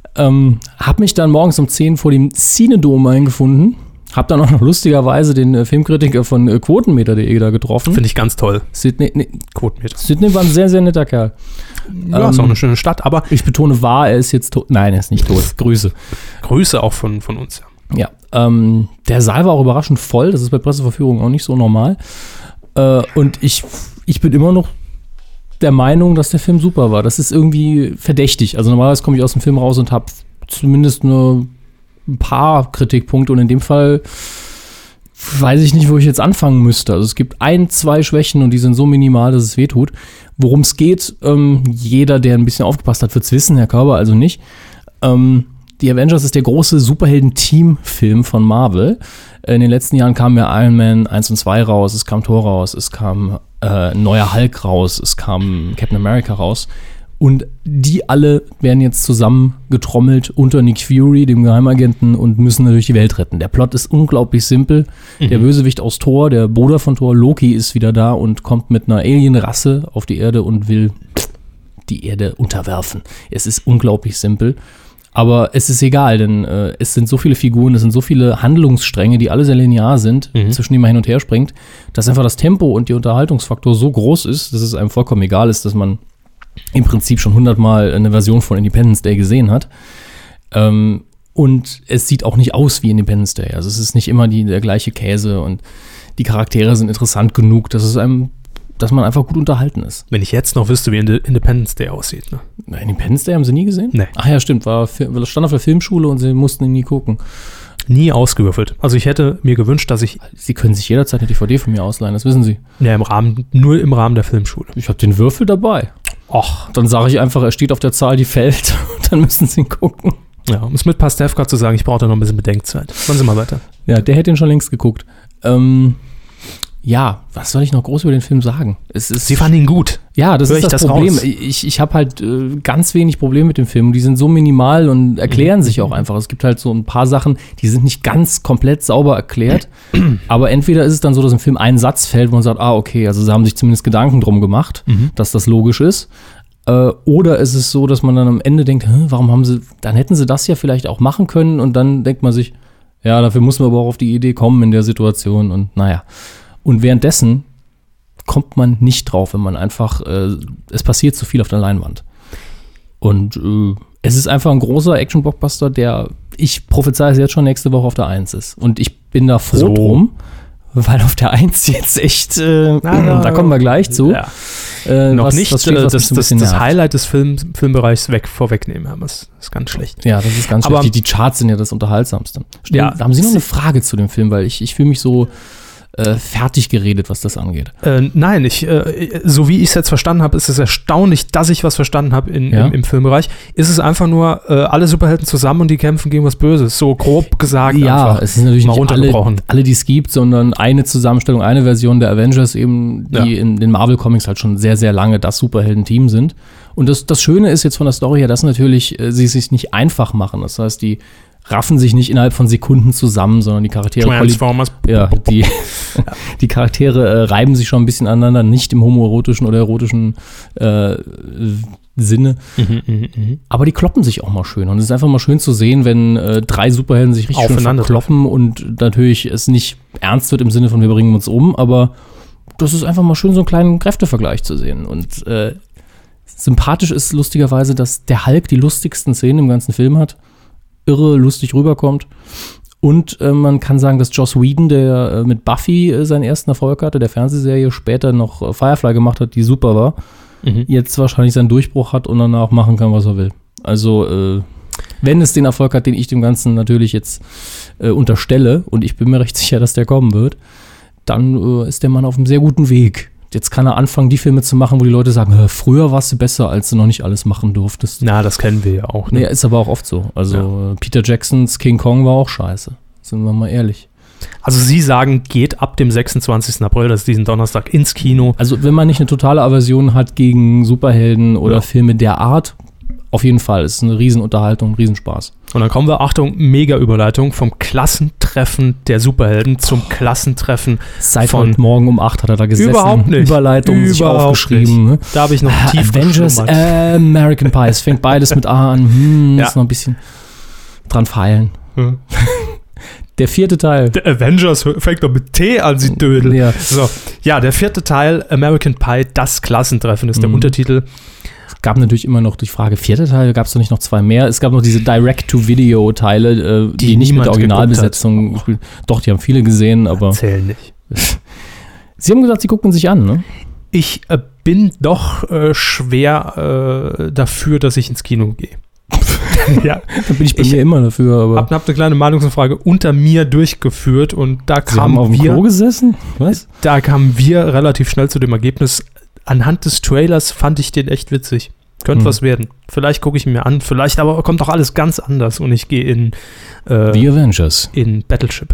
Hab mich dann morgens um 10 vor dem Cinedom eingefunden. Hab dann auch noch lustigerweise den Filmkritiker von Quotenmeter.de da getroffen. Finde ich ganz toll. Sydney Quotenmeter. war ein sehr, sehr netter Kerl. Ja, ist auch eine schöne Stadt, aber Ich betone, er ist jetzt tot. Nein, er ist nicht tot. Grüße. Grüße auch von uns. Ja. Ja, der Saal war auch überraschend voll. Das ist bei Presseverführungen auch nicht so normal. Und ich bin immer noch der Meinung, dass der Film super war. Das ist irgendwie verdächtig. Also normalerweise komme ich aus dem Film raus und habe zumindest nur ein paar Kritikpunkte. Und in dem Fall weiß ich nicht, wo ich jetzt anfangen müsste. Also es gibt 2 Schwächen und die sind so minimal, dass es wehtut. Worum es geht, jeder, der ein bisschen aufgepasst hat, wird es wissen, Herr Körber also nicht. The Avengers ist der große Superhelden-Team-Film von Marvel. In den letzten Jahren kamen ja Iron Man 1 und 2 raus, es kam Thor raus, es kam ein neuer Hulk raus, es kam Captain America raus. Und die alle werden jetzt zusammengetrommelt unter Nick Fury, dem Geheimagenten, und müssen natürlich die Welt retten. Der Plot ist unglaublich simpel. Der Bösewicht aus Thor, der Bruder von Thor, Loki, ist wieder da und kommt mit einer Alien-Rasse auf die Erde und will die Erde unterwerfen. Es ist unglaublich simpel. Aber es ist egal, denn es sind so viele Figuren, es sind so viele Handlungsstränge, die alle sehr linear sind, zwischen denen man hin und her springt, dass einfach das Tempo und die Unterhaltungsfaktor so groß ist, dass es einem vollkommen egal ist, dass man im Prinzip schon 100-mal eine Version von Independence Day gesehen hat. Und es sieht auch nicht aus wie Independence Day. Also es ist nicht immer der gleiche Käse und die Charaktere sind interessant genug, dass man einfach gut unterhalten ist. Wenn ich jetzt noch wüsste, wie Independence Day aussieht. Ne? Na, Independence Day haben Sie nie gesehen? Nee. Ach ja, stimmt. Stand auf der Filmschule und Sie mussten ihn nie gucken. Nie ausgewürfelt. Also ich hätte mir gewünscht, dass ich Sie können sich jederzeit eine DVD von mir ausleihen, das wissen Sie. nur im Rahmen der Filmschule. Ich habe den Würfel dabei. Och, Dann sage ich einfach, er steht auf der Zahl, die fällt. Und dann müssen Sie ihn gucken. ja, um es mit Pastewka zu sagen, ich brauche da noch ein bisschen Bedenkzeit. Machen Sie mal weiter. Ja, der hätte ihn schon längst geguckt. Ja, was soll ich noch groß über den Film sagen? Sie fanden ihn gut. Ja, das Hör ist ich das das Problem. raus? Ich habe halt ganz wenig Probleme mit dem Film. Die sind so minimal und erklären sich auch einfach. Es gibt halt so ein paar Sachen, die sind nicht ganz komplett sauber erklärt. Aber entweder ist es dann so, dass im Film ein Satz fällt, wo man sagt, okay, also sie haben sich zumindest Gedanken drum gemacht, dass das logisch ist. Oder ist es so, dass man dann am Ende denkt, dann hätten sie das ja vielleicht auch machen können. Und dann denkt man sich, ja, dafür muss man aber auch auf die Idee kommen in der Situation. Und naja. Und währenddessen kommt man nicht drauf, wenn man einfach, es passiert zu viel auf der Leinwand. Und es ist einfach ein großer Action-Blockbuster, der, ich prophezeie es jetzt schon, nächste Woche auf der 1 ist. Und ich bin da froh drum, weil auf der 1 jetzt echt, da kommen wir gleich zu. Ja. Noch nicht was steht, was mich so ein bisschen das nervt. Highlight des Filmbereichs vorwegnehmen haben. Das ist ganz schlecht. Ja, das ist ganz Aber- schlecht. Die Charts sind ja das Unterhaltsamste. Ja. Haben Sie noch eine Frage zu dem Film? Weil ich fühle mich so fertig geredet, was das angeht. Nein, so wie ich es jetzt verstanden habe, ist es erstaunlich, dass ich was verstanden habe im Filmbereich. Ist es einfach nur alle Superhelden zusammen und die kämpfen gegen was Böses, so grob gesagt. Ja, einfach. Es ist natürlich mal nicht alle, die es gibt, sondern eine Zusammenstellung, eine Version der Avengers eben, die in den Marvel-Comics halt schon sehr, sehr lange das Superhelden-Team sind. Und das Schöne ist jetzt von der Story her, dass natürlich sie es sich nicht einfach machen. Das heißt, die raffen sich nicht innerhalb von Sekunden zusammen, sondern die Charaktere Transformers. Die Charaktere reiben sich schon ein bisschen aneinander, nicht im homoerotischen oder erotischen Sinne. Aber die kloppen sich auch mal schön. Und es ist einfach mal schön zu sehen, wenn 3 Superhelden sich richtig schön kloppen und natürlich es nicht ernst wird im Sinne von wir bringen uns um, aber das ist einfach mal schön, so einen kleinen Kräftevergleich zu sehen. Und sympathisch ist lustigerweise, dass der Hulk die lustigsten Szenen im ganzen Film hat. Irre lustig rüberkommt. Und man kann sagen, dass Joss Whedon, der mit Buffy seinen ersten Erfolg hatte, der Fernsehserie, später noch Firefly gemacht hat, die super war, jetzt wahrscheinlich seinen Durchbruch hat und danach machen kann, was er will. Also, wenn es den Erfolg hat, den ich dem Ganzen natürlich jetzt unterstelle, und ich bin mir recht sicher, dass der kommen wird, dann ist der Mann auf einem sehr guten Weg. Jetzt kann er anfangen, die Filme zu machen, wo die Leute sagen, früher warst du besser, als du noch nicht alles machen durftest. Na, das kennen wir ja auch. Ne? Ja, ist aber auch oft so. Also Peter Jacksons King Kong war auch scheiße. Sind wir mal ehrlich. Also Sie sagen, geht ab dem 26. April, das ist diesen Donnerstag, ins Kino. Also wenn man nicht eine totale Aversion hat gegen Superhelden oder Filme der Art, auf jeden Fall. Es ist eine Riesenunterhaltung, ein Riesenspaß. Und dann kommen wir, Achtung, Mega-Überleitung, vom Klassentreffen der Superhelden zum Klassentreffen Seit heute Morgen um 8 hat er da gesessen. Überhaupt nicht. Überleitung sich aufgeschrieben. Ne? Da habe ich noch tief Avengers, American Pie. Es fängt beides mit A an. Ist noch ein bisschen dran feilen. Der 4. Teil. Der Avengers fängt doch mit T an, sie Dödel. Ja. So, ja, der 4. Teil, American Pie, das Klassentreffen ist der Untertitel. Es gab natürlich immer noch die Frage, 4. Teil, gab es doch nicht noch 2 mehr? Es gab noch diese Direct-to-Video-Teile, die nicht mit der Originalbesetzung gespielt. Doch, die haben viele gesehen, aber... Zählen nicht. Sie haben gesagt, Sie gucken sich an, ne? Ich bin doch schwer dafür, dass ich ins Kino gehe. Ja, da bin ich bei mir immer dafür, aber... Hab eine kleine Meinungsumfrage unter mir durchgeführt und da Sie haben auf dem Klo gesessen? Was? Da kamen wir relativ schnell zu dem Ergebnis, anhand des Trailers fand ich den echt witzig. Könnte was werden. Vielleicht gucke ich ihn mir an, vielleicht aber kommt doch alles ganz anders und ich gehe in The Avengers. In Battleship.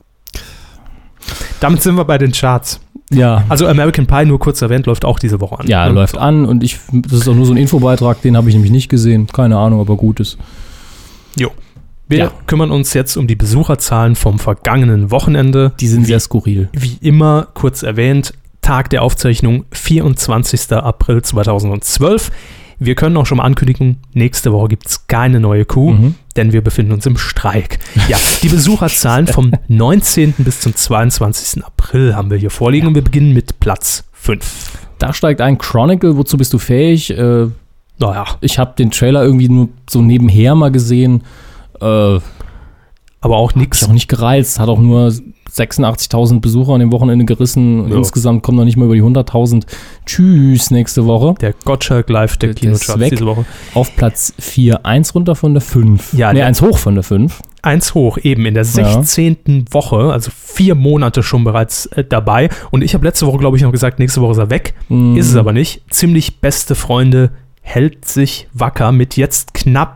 Damit sind wir bei den Charts. Ja. Also American Pie, nur kurz erwähnt, läuft auch diese Woche an. Ja, läuft an und das ist auch nur so ein Infobeitrag, den habe ich nämlich nicht gesehen. Keine Ahnung, ob er gut ist. Jo. Wir kümmern uns jetzt um die Besucherzahlen vom vergangenen Wochenende. Die sind sehr skurril. Wie immer, kurz erwähnt, Tag der Aufzeichnung, 24. April 2012. Wir können auch schon mal ankündigen, nächste Woche gibt es keine neue Kuh, denn wir befinden uns im Streik. Ja, die Besucherzahlen vom 19. bis zum 22. April haben wir hier vorliegen und wir beginnen mit Platz 5. Da steigt ein Chronicle, wozu bist du fähig? Naja. Ich habe den Trailer irgendwie nur so nebenher mal gesehen. Aber auch nichts. Hat auch nicht gereizt, hat auch nur 86.000 Besucher an dem Wochenende gerissen. Ja. Insgesamt kommen noch nicht mal über die 100.000. Tschüss, nächste Woche. Der Gottschalk Live, der Kinocharts diese Woche. Auf Platz 4, 1 runter von der 5. Ja, 1 hoch von der 5. 1 hoch, eben in der 16. Woche, also 4 Monate schon bereits dabei. Und ich habe letzte Woche, glaube ich, noch gesagt, nächste Woche ist er weg. Ist es aber nicht. Ziemlich beste Freunde hält sich wacker mit jetzt knapp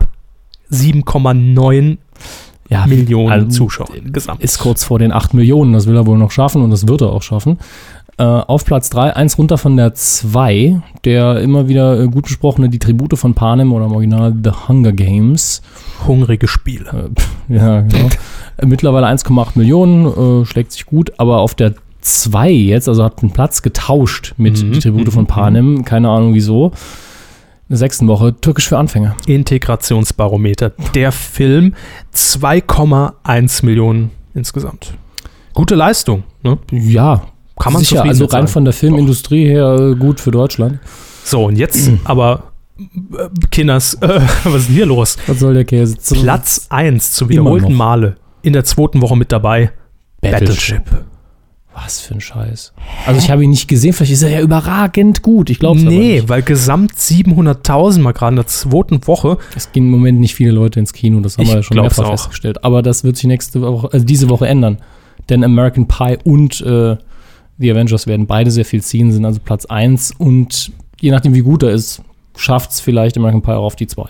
7,9 Millionen Zuschauer gesamt. Ist kurz vor den 8 Millionen, das will er wohl noch schaffen und das wird er auch schaffen. Auf Platz 3, 1 runter von der 2, der immer wieder gut besprochene Die Tribute von Panem oder im Original The Hunger Games. Hungrige Spiele. Ja, genau. Mittlerweile 1,8 Millionen, schlägt sich gut, aber auf der 2 jetzt, also hat den Platz getauscht mit Die Tribute von Panem, keine Ahnung wieso. In der 6. Woche, Türkisch für Anfänger. Integrationsbarometer. Der Film 2,1 Millionen insgesamt. Gute Leistung, ne? Ja, kann man sicher, also rein von der Filmindustrie her gut für Deutschland. So, und jetzt aber, Kinders, was ist denn hier los? Was soll der Käse? Platz 1 zum wiederholten Male in der 2. Woche mit dabei. Battleship. Was für ein Scheiß. Also ich habe ihn nicht gesehen, vielleicht ist er ja überragend gut. Ich glaube es aber nicht. Weil gesamt 700.000 mal gerade in der 2. Woche. Es gehen im Moment nicht viele Leute ins Kino, das haben wir ja schon mehrfach festgestellt. Aber das wird sich nächste Woche, also diese Woche ändern. denn American Pie und The Avengers werden beide sehr viel ziehen, sind also Platz 1 und je nachdem, wie gut er ist, schafft es vielleicht American Pie auch auf die 2.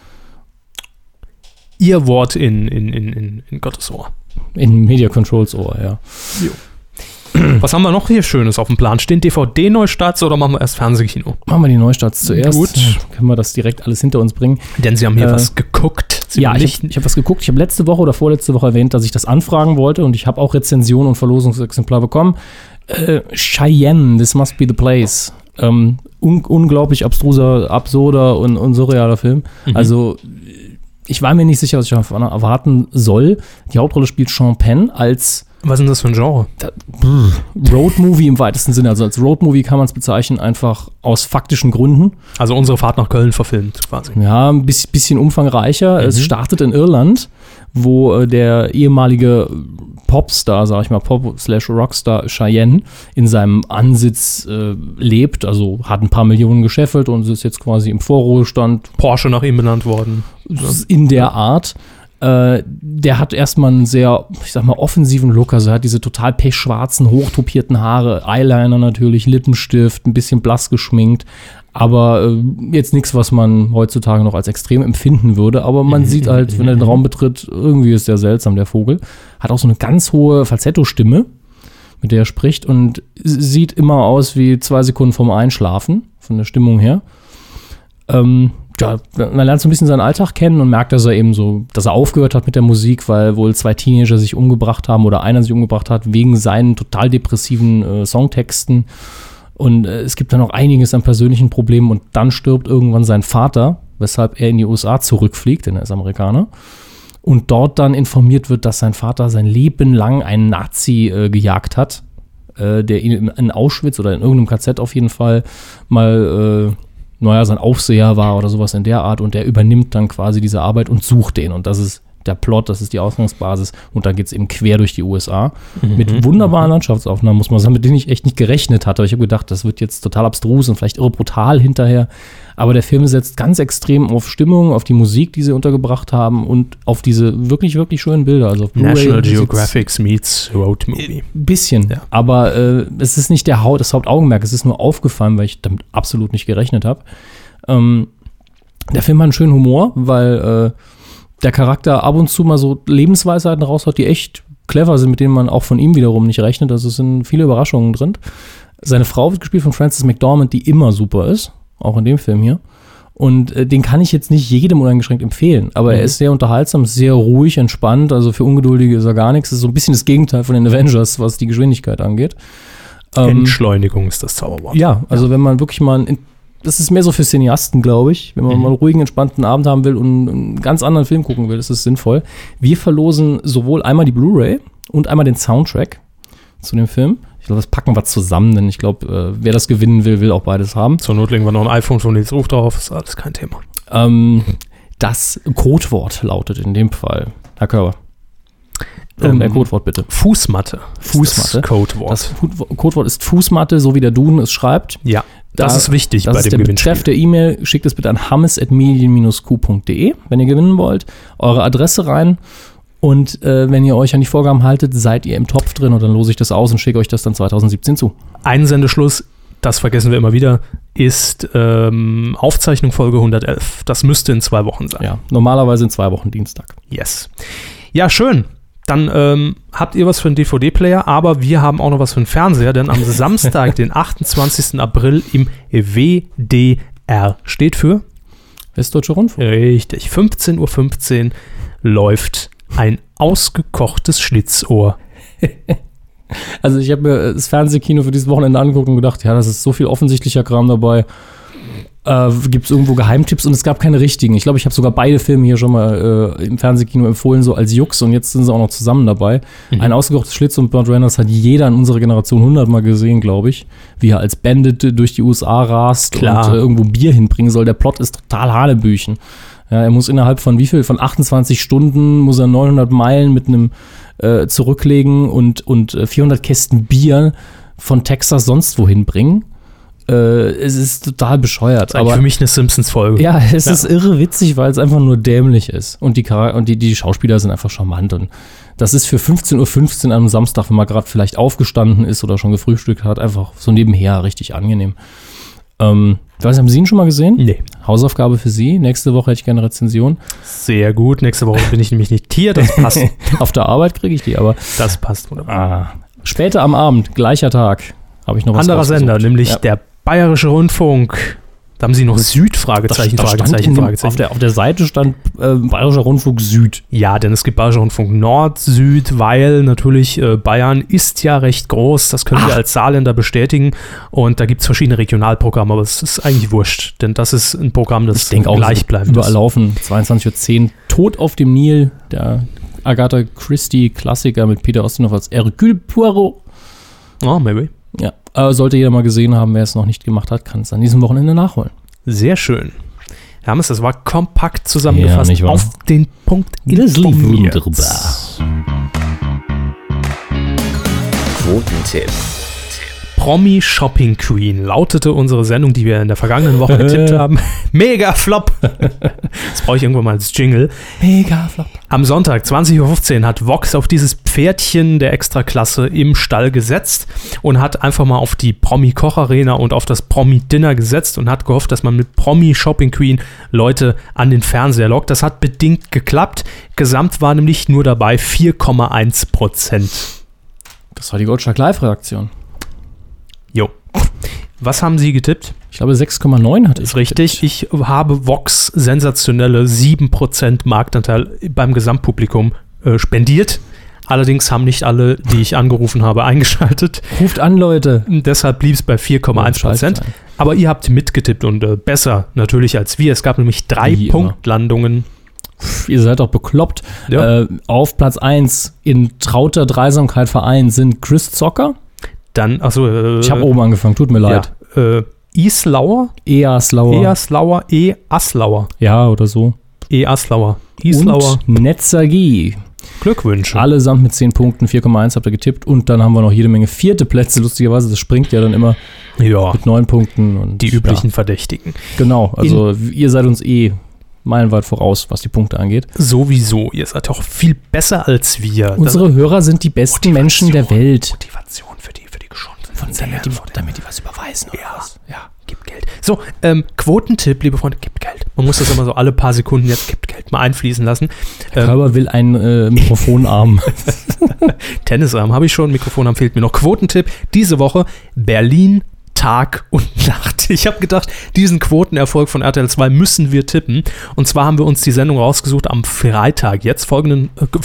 Ihr Wort in Gottes Ohr. In Media Controls Ohr, ja. Jo. Was haben wir noch hier Schönes auf dem Plan? Stehen DVD-Neustarts oder machen wir erst Fernsehkino? Machen wir die Neustarts zuerst. Gut. Dann können wir das direkt alles hinter uns bringen. Denn Sie haben hier was geguckt. Ja, ich hab was geguckt. Ich habe letzte Woche oder vorletzte Woche erwähnt, dass ich das anfragen wollte und ich habe auch Rezension und Verlosungsexemplar bekommen. Cheyenne, This Must Be the Place. Unglaublich absurder und surrealer Film. Also ich war mir nicht sicher, was ich davon erwarten soll. Die Hauptrolle spielt Sean Penn als was ist denn das für ein Genre? Roadmovie im weitesten Sinne. Also als Roadmovie kann man es bezeichnen, einfach aus faktischen Gründen. Also unsere Fahrt nach Köln verfilmt quasi. Ja, ein bisschen umfangreicher. Es startet in Irland, wo der ehemalige Popstar, sag ich mal, Pop/Rockstar Cheyenne in seinem Ansitz lebt. Also hat ein paar Millionen gescheffelt und ist jetzt quasi im Vorruhestand. Porsche nach ihm benannt worden. In der Art. Der hat erstmal einen sehr, ich sag mal, offensiven Look. Also er hat diese total pechschwarzen, hochtopierten Haare, Eyeliner natürlich, Lippenstift, ein bisschen blass geschminkt. Aber jetzt nichts, was man heutzutage noch als extrem empfinden würde. Aber man sieht halt, wenn er den Raum betritt, irgendwie ist der seltsam, der Vogel. Hat auch so eine ganz hohe Falsetto-Stimme, mit der er spricht. Und sieht immer aus wie 2 Sekunden vorm Einschlafen, von der Stimmung her. Ja, man lernt so ein bisschen seinen Alltag kennen und merkt, dass er aufgehört hat mit der Musik, weil wohl 2 Teenager sich umgebracht haben oder einer sich umgebracht hat wegen seinen total depressiven Songtexten. Und es gibt dann noch einiges an persönlichen Problemen und dann stirbt irgendwann sein Vater, weshalb er in die USA zurückfliegt, denn er ist Amerikaner. Und dort dann informiert wird, dass sein Vater sein Leben lang einen Nazi gejagt hat, der ihn in Auschwitz oder in irgendeinem KZ auf jeden Fall mal sein Aufseher war oder sowas in der Art und der übernimmt dann quasi diese Arbeit und sucht den und das ist der Plot, das ist die Ausgangsbasis und dann geht es eben quer durch die USA mit wunderbaren Landschaftsaufnahmen, muss man sagen, mit denen ich echt nicht gerechnet hatte. Ich habe gedacht, das wird jetzt total abstrus und vielleicht irre brutal hinterher, aber der Film setzt ganz extrem auf Stimmung, auf die Musik, die sie untergebracht haben und auf diese wirklich, wirklich schönen Bilder. Also auf National Geographic meets Road Movie. Ein bisschen, ja. Aber es ist nicht das Hauptaugenmerk, es ist nur aufgefallen, weil ich damit absolut nicht gerechnet habe. Der Film hat einen schönen Humor, weil der Charakter ab und zu mal so Lebensweisheiten raushaut, die echt clever sind, mit denen man auch von ihm wiederum nicht rechnet. Also es sind viele Überraschungen drin. Seine Frau wird gespielt von Frances McDormand, die immer super ist, auch in dem Film hier. Und den kann ich jetzt nicht jedem uneingeschränkt empfehlen, aber er ist sehr unterhaltsam, sehr ruhig, entspannt, also für Ungeduldige ist er gar nichts. Das ist so ein bisschen das Gegenteil von den Avengers, was die Geschwindigkeit angeht. Entschleunigung ist das Zauberwort. Ja, also wenn man wirklich mal das ist mehr so für Cineasten, glaube ich. Wenn man mal einen ruhigen, entspannten Abend haben will und einen ganz anderen Film gucken will, ist es sinnvoll. Wir verlosen sowohl einmal die Blu-ray und einmal den Soundtrack zu dem Film. Ich glaube, das packen wir zusammen, denn ich glaube, wer das gewinnen will, will auch beides haben. Zur Not legen wir noch ein iPhone von Nils Ruf drauf, ist alles kein Thema. Das Codewort lautet in dem Fall, Herr Körber. Codewort bitte. Fußmatte. Fußmatte. Das Codewort. Das Codewort ist Fußmatte, so wie der Duden es schreibt. Ja, das ist wichtig bei dem Gewinnspiel. Das ist der Betreff der E-Mail. Schickt es bitte an hammes@medien-q.de, wenn ihr gewinnen wollt. Eure Adresse rein. Und wenn ihr euch an die Vorgaben haltet, seid ihr im Topf drin und dann lose ich das aus und schicke euch das dann 2017 zu. Einsendeschluss, das vergessen wir immer wieder, ist Aufzeichnung Folge 111. Das müsste in 2 Wochen sein. Ja, normalerweise in 2 Wochen Dienstag. Yes. Ja, schön. Dann habt ihr was für einen DVD-Player, aber wir haben auch noch was für einen Fernseher, denn am Samstag, den 28. April im WDR steht für Westdeutscher Rundfunk. Richtig, 15:15 Uhr läuft ein ausgekochtes Schlitzohr. Also ich habe mir das Fernsehkino für dieses Wochenende angeguckt und gedacht, ja, das ist so viel offensichtlicher Kram dabei. Gibt es irgendwo Geheimtipps und es gab keine richtigen. Ich glaube, ich habe sogar beide Filme hier schon mal im Fernsehkino empfohlen, so als Jux und jetzt sind sie auch noch zusammen dabei. Ein ausgekochtes Schlitz und Burt Reynolds hat jeder in unserer Generation 100-mal gesehen, glaube ich, wie er als Bandit durch die USA rast und irgendwo Bier hinbringen soll. Der Plot ist total hanebüchen. Ja, er muss innerhalb von von 28 Stunden muss er 900 Meilen mit einem zurücklegen und 400 Kästen Bier von Texas sonst wohin bringen. Es ist total bescheuert. Aber für mich eine Simpsons-Folge. Ja, es ist irre witzig, weil es einfach nur dämlich ist. Und die Schauspieler sind einfach charmant. Und das ist für 15:15 Uhr am Samstag, wenn man gerade vielleicht aufgestanden ist oder schon gefrühstückt hat, einfach so nebenher richtig angenehm. Ich weiß nicht, haben Sie ihn schon mal gesehen? Nee. Hausaufgabe für Sie. Nächste Woche hätte ich gerne eine Rezension. Sehr gut. Nächste Woche bin ich nämlich nicht hier. Das passt. Auf der Arbeit kriege ich die, aber. Das passt wunderbar. Später am Abend, gleicher Tag, habe ich noch was anderer Sender, nämlich der Bayerische Rundfunk. Da haben Sie noch Süd? Fragezeichen. Auf der Seite stand Bayerischer Rundfunk Süd. Ja, denn es gibt Bayerischer Rundfunk Nord, Süd, weil natürlich Bayern ist ja recht groß. Das können wir als Saarländer bestätigen. Und da gibt es verschiedene Regionalprogramme, aber es ist eigentlich wurscht. Denn das ist ein Programm, das gleich bleibt. Überall laufen. 22:10 Uhr, Tod auf dem Nil. Der Agatha Christie-Klassiker mit Peter Ustinov als Hercule Poirot. Oh, maybe. Ja, sollte jeder mal gesehen haben, wer es noch nicht gemacht hat, kann es an diesem Wochenende nachholen. Sehr schön. Hermes, das war kompakt zusammengefasst, ja, auf den Punkt informiert. Wunderbar. Quotentipp. Promi Shopping Queen lautete unsere Sendung, die wir in der vergangenen Woche getippt haben. Mega Flop. Das brauche ich irgendwann mal als Jingle. Mega Flop. Am Sonntag, 20:15 Uhr, hat Vox auf dieses Pferdchen der Extraklasse im Stall gesetzt und hat einfach mal auf die Promi-Koch-Arena und auf das Promi-Dinner gesetzt und hat gehofft, dass man mit Promi Shopping Queen Leute an den Fernseher lockt. Das hat bedingt geklappt. Gesamt war nämlich nur dabei 4,1%. Das war die Gottschalk Live-Reaktion. Jo. Was haben Sie getippt? Ich glaube 6,9 hatte ich. Ist richtig. Ich habe Vox sensationelle 7% Marktanteil beim Gesamtpublikum spendiert. Allerdings haben nicht alle, die ich angerufen habe, eingeschaltet. Ruft an, Leute. Deshalb blieb es bei 4,1%. Aber ihr habt mitgetippt und besser natürlich als wir. Es gab nämlich 3 Punktlandungen. Ihr seid doch bekloppt. Ja. Auf Platz 1 in trauter Dreisamkeit vereint sind Chris Zocker. Dann, ich habe oben angefangen, tut mir leid. Islauer? Easlauer. Aslauer. Ja, oder so. Aslauer. Islauer. Und Netzagi. Glückwünsche. Allesamt mit 10 Punkten, 4,1 habt ihr getippt. Und dann haben wir noch jede Menge 4. Plätze, lustigerweise. Das springt ja dann immer mit 9 Punkten. Und die üblichen Verdächtigen. Genau, also ihr seid uns meilenweit voraus, was die Punkte angeht. Sowieso, ihr seid doch viel besser als wir. Unsere Hörer sind die besten Menschen der Welt. Motivation für die geschundenen. Damit die was überweisen oder was. Ja, gibt Geld. So, Quotentipp, liebe Freunde, gibt Geld. Man muss das immer so alle paar Sekunden jetzt gibt Geld mal einfließen lassen. Körber will einen Mikrofonarm. Tennisarm habe ich schon, Mikrofonarm fehlt mir noch. Quotentipp, diese Woche Berlin Tag und Nacht. Ich habe gedacht, diesen Quotenerfolg von RTL 2 müssen wir tippen. Und zwar haben wir uns die Sendung rausgesucht am Freitag, jetzt kommenden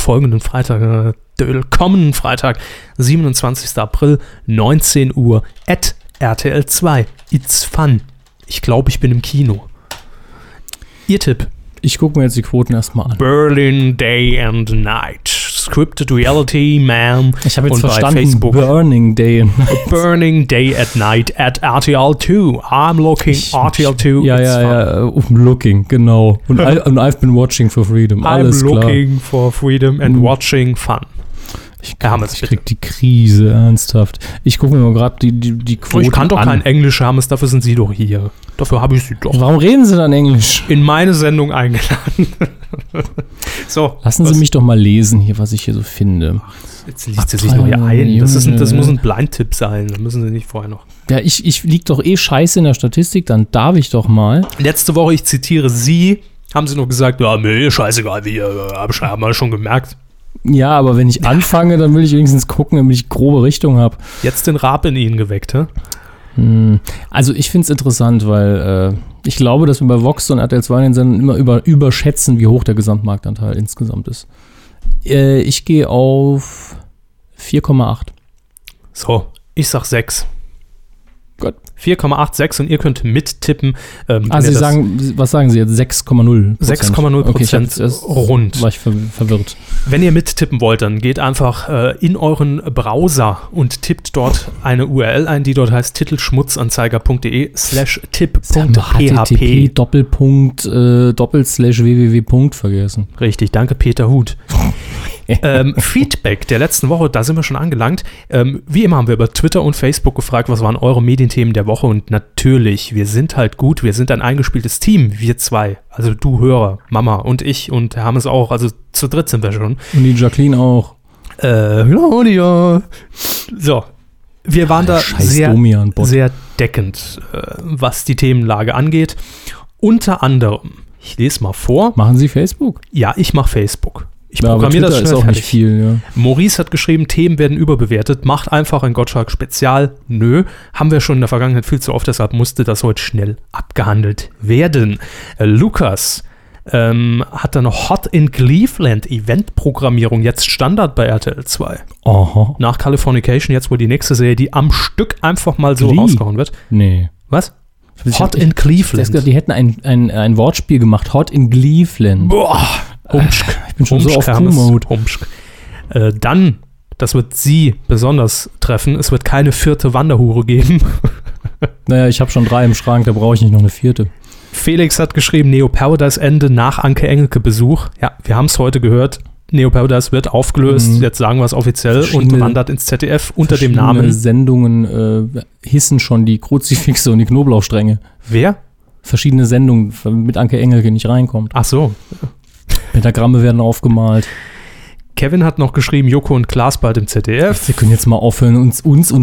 Freitag, 27. April, 19 Uhr, @RTL 2. It's fun. Ich glaube, ich bin im Kino. Ihr Tipp? Ich gucke mir jetzt die Quoten erstmal an. Berlin Day and Night. Scripted Reality, man. Ich habe jetzt und verstanden, Facebook. Burning Day and Night. Burning Day at Night at RTL 2. I'm looking RTL 2. Ja, looking, genau. Und I've been watching for freedom. Alles I'm klar. looking for freedom and watching fun. Ich krieg die Krise, ernsthaft. Ich gucke mir mal gerade die Quoten an. Ich kann doch kein Englisch, Hermes, dafür sind Sie doch hier. Dafür habe ich Sie doch. Warum reden Sie dann Englisch? In meine Sendung eingeladen. So. Lassen Sie mich doch mal lesen hier, was ich hier so finde. Jetzt liest Sie sich noch hier ein. Das muss ein Blindtipp sein. Da müssen Sie nicht vorher noch. Ja, ich lieg doch scheiße in der Statistik, dann darf ich doch mal. Letzte Woche, ich zitiere Sie, haben Sie noch gesagt, ja, mir scheißegal, haben wir schon gemerkt. Ja, aber wenn ich anfange, dann will ich wenigstens gucken, damit ich grobe Richtung habe. Jetzt den Rab in Ihnen geweckt, hä? Also ich finde es interessant, weil ich glaube, dass wir bei Vox und RTL 2 in den Sendungen immer überschätzen, wie hoch der Gesamtmarktanteil insgesamt ist. Ich gehe auf 4,8. So, ich sag 6. Gut. 4,86 und ihr könnt mittippen. Was sagen Sie jetzt? 6,0%? 6,0% okay, rund. War ich verwirrt. Wenn ihr mittippen wollt, dann geht einfach in euren Browser und tippt dort eine URL ein, die dort heißt titelschmutzanzeiger.de/tipp.php. Doppelpunkt /www. vergessen. Richtig, danke Peter Huth. Feedback der letzten Woche, da sind wir schon angelangt. Wie immer haben wir über Twitter und Facebook gefragt, was waren eure Medienthemen der Woche, und natürlich, wir sind halt gut, wir sind ein eingespieltes Team, wir zwei, also du Hörer, Mama und ich und Hermes auch, also zu dritt sind wir schon. Und die Jacqueline auch. Claudia. So, wir waren da sehr deckend, was die Themenlage angeht. Unter anderem, ich lese mal vor. Machen Sie Facebook? Ja, ich mache Facebook. Ich Ja, programmiere aber das Twitter schnell ist auch fertig. nicht viel, ja. Maurice hat geschrieben, Themen werden überbewertet. Macht einfach ein Gottschalk-Spezial. Nö, haben wir schon in der Vergangenheit viel zu oft, deshalb musste das heute schnell abgehandelt werden. Lukas hat da noch Hot in Cleveland Eventprogrammierung, jetzt Standard bei RTL 2. Aha. Nach Californication, jetzt wohl die nächste Serie, die am Stück einfach mal so Glee? rausgehauen wird. Nee. Was? Hot in Cleveland. Die hätten ein Wortspiel gemacht. Hot in Cleveland. Boah, Humschk. Ich bin schon so auf Crew-Mode. Humschk. Dann, das wird sie besonders treffen, es wird keine 4. Wanderhure geben. Naja, ich habe schon 3 im Schrank, da brauche ich nicht noch eine 4. Felix hat geschrieben, Neo Paradise Ende nach Anke Engelke Besuch. Ja, wir haben es heute gehört. Neo Paradise wird aufgelöst, jetzt sagen wir es offiziell, und wandert ins ZDF unter dem Namen. Sendungen hissen schon die Kruzifixe und die Knoblauchstränge. Wer? Verschiedene Sendungen, mit Anke Engelke nicht reinkommt. Ach so. Pentagramme werden aufgemalt. Kevin hat noch geschrieben, Joko und Klaas bald im ZDF. Wir können jetzt mal aufhören, uns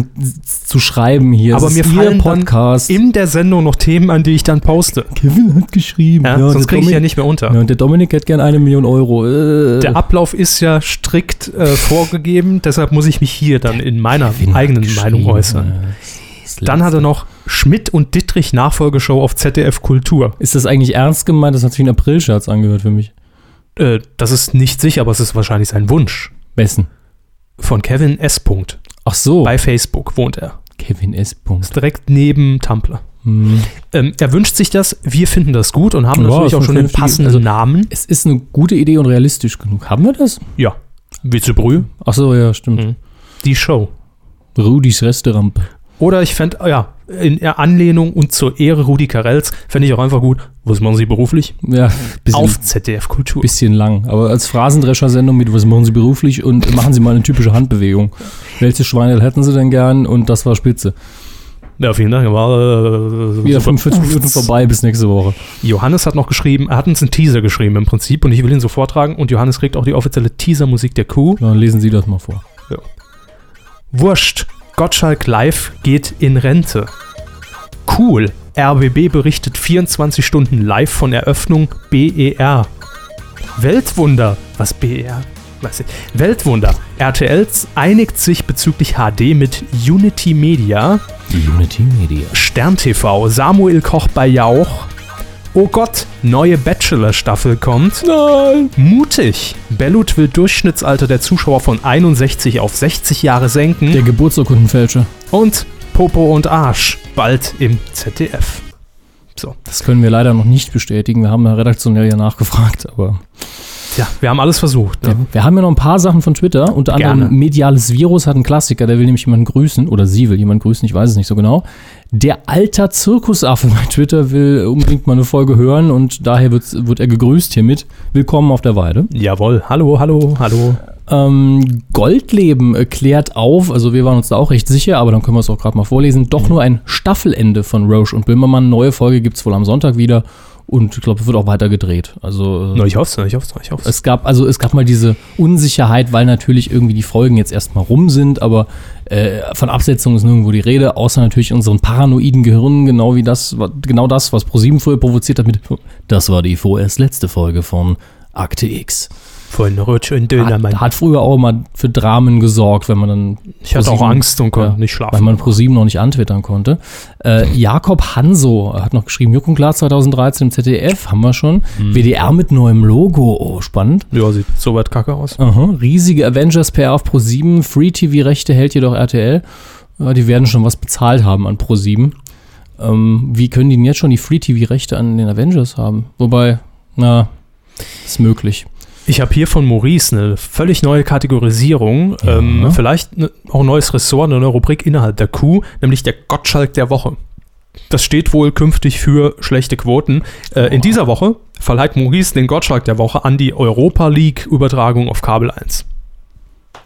zu schreiben hier. Aber Es mir ist Ihr fallen Podcast. dann in der Sendung noch Themen, an die ich dann poste. Kevin hat geschrieben. Ja, sonst kriege ich ja nicht mehr unter. Ja, und der Dominik hätte gern 1 Million Euro. Der Ablauf ist ja strikt vorgegeben, deshalb muss ich mich hier dann in meiner eigenen Meinung äußern. Dann hat er noch Schmidt und Dittrich Nachfolgeshow auf ZDF Kultur. Ist das eigentlich ernst gemeint? Das hat sich wie ein April-Scherz angehört für mich. Das ist nicht sicher, aber es ist wahrscheinlich sein Wunsch. Wessen? Von Kevin S. Ach so. Bei Facebook wohnt er. Kevin S. Ist direkt neben Tumblr. Hm. Er wünscht sich das, wir finden das gut und haben natürlich auch schon den passenden Namen. Es ist eine gute Idee und realistisch genug. Haben wir das? Ja. Vizebrü. Ach so, ja, stimmt. Die Show. Rudis Restaurant. Oder ich fände, in Anlehnung und zur Ehre Rudi Carells, fände ich auch einfach gut, was machen Sie beruflich? Ja, auf ZDF Kultur. Bisschen lang, aber als Phrasendrescher-Sendung mit was machen Sie beruflich und machen Sie mal eine typische Handbewegung. Welche Schweine hätten Sie denn gern? Und das war spitze. Ja, vielen Dank. War wieder 45 Minuten vorbei, bis nächste Woche. Johannes hat noch geschrieben, er hat uns einen Teaser geschrieben im Prinzip und ich will ihn so vortragen und Johannes kriegt auch die offizielle Teasermusik der Kuh. Dann lesen Sie das mal vor. Ja. Wurscht. Gottschalk live geht in Rente. Cool. RBB berichtet 24 Stunden live von Eröffnung BER. Weltwunder. Was BER? Weiß ich. Weltwunder. RTL einigt sich bezüglich HD mit Unity Media. Unity Media. Stern TV. Samuel Koch bei Jauch. Oh Gott, neue Bachelor-Staffel kommt. Nein. Mutig. Bellut will Durchschnittsalter der Zuschauer von 61 auf 60 Jahre senken. Der Geburtsurkundenfälscher. Und Popo und Arsch bald im ZDF. So. Das können wir leider noch nicht bestätigen. Wir haben da redaktionell ja nachgefragt, aber... Ja, wir haben alles versucht. Ne? Wir haben ja noch ein paar Sachen von Twitter. Unter anderem Mediales Virus hat einen Klassiker, der will nämlich jemanden grüßen. Oder sie will jemanden grüßen, ich weiß es nicht so genau. Der alter Zirkusaffe bei Twitter will unbedingt mal eine Folge hören und daher wird er gegrüßt hiermit. Willkommen auf der Weide. Jawohl, hallo. Goldleben klärt auf, also wir waren uns da auch recht sicher, aber dann können wir es auch gerade mal vorlesen. Doch nur ein Staffelende von Roche und Böhmermann. Neue Folge gibt es wohl am Sonntag wieder. Und ich glaube, es wird auch weiter gedreht. Also, ich hoffe es. Es gab mal diese Unsicherheit, weil natürlich irgendwie die Folgen jetzt erstmal rum sind, aber von Absetzung ist nirgendwo die Rede, außer natürlich unseren paranoiden Gehirnen, genau das, was ProSieben früher provoziert hat mit, das war die vorerst letzte Folge von Akte X. Von Rutsch und Döner. Hat früher auch mal für Dramen gesorgt, wenn man dann... Ich hatte auch Angst und konnte nicht schlafen. Weil man ProSieben noch nicht antwittern konnte. Jakob Hanso hat noch geschrieben, Joko und Klaas 2013 im ZDF, haben wir schon. WDR mit neuem Logo, oh, spannend. Ja, sieht so weit kacke aus. Aha. Riesige Avengers-PR auf ProSieben, Free-TV-Rechte hält jedoch RTL. Die werden schon was bezahlt haben an ProSieben. Wie können die denn jetzt schon die Free-TV-Rechte an den Avengers haben? Wobei, ist möglich. Ich habe hier von Maurice eine völlig neue Kategorisierung, vielleicht auch ein neues Ressort, eine neue Rubrik innerhalb der Kuh, nämlich der Gottschalk der Woche. Das steht wohl künftig für schlechte Quoten. In dieser Woche verleiht Maurice den Gottschalk der Woche an die Europa League-Übertragung auf Kabel 1.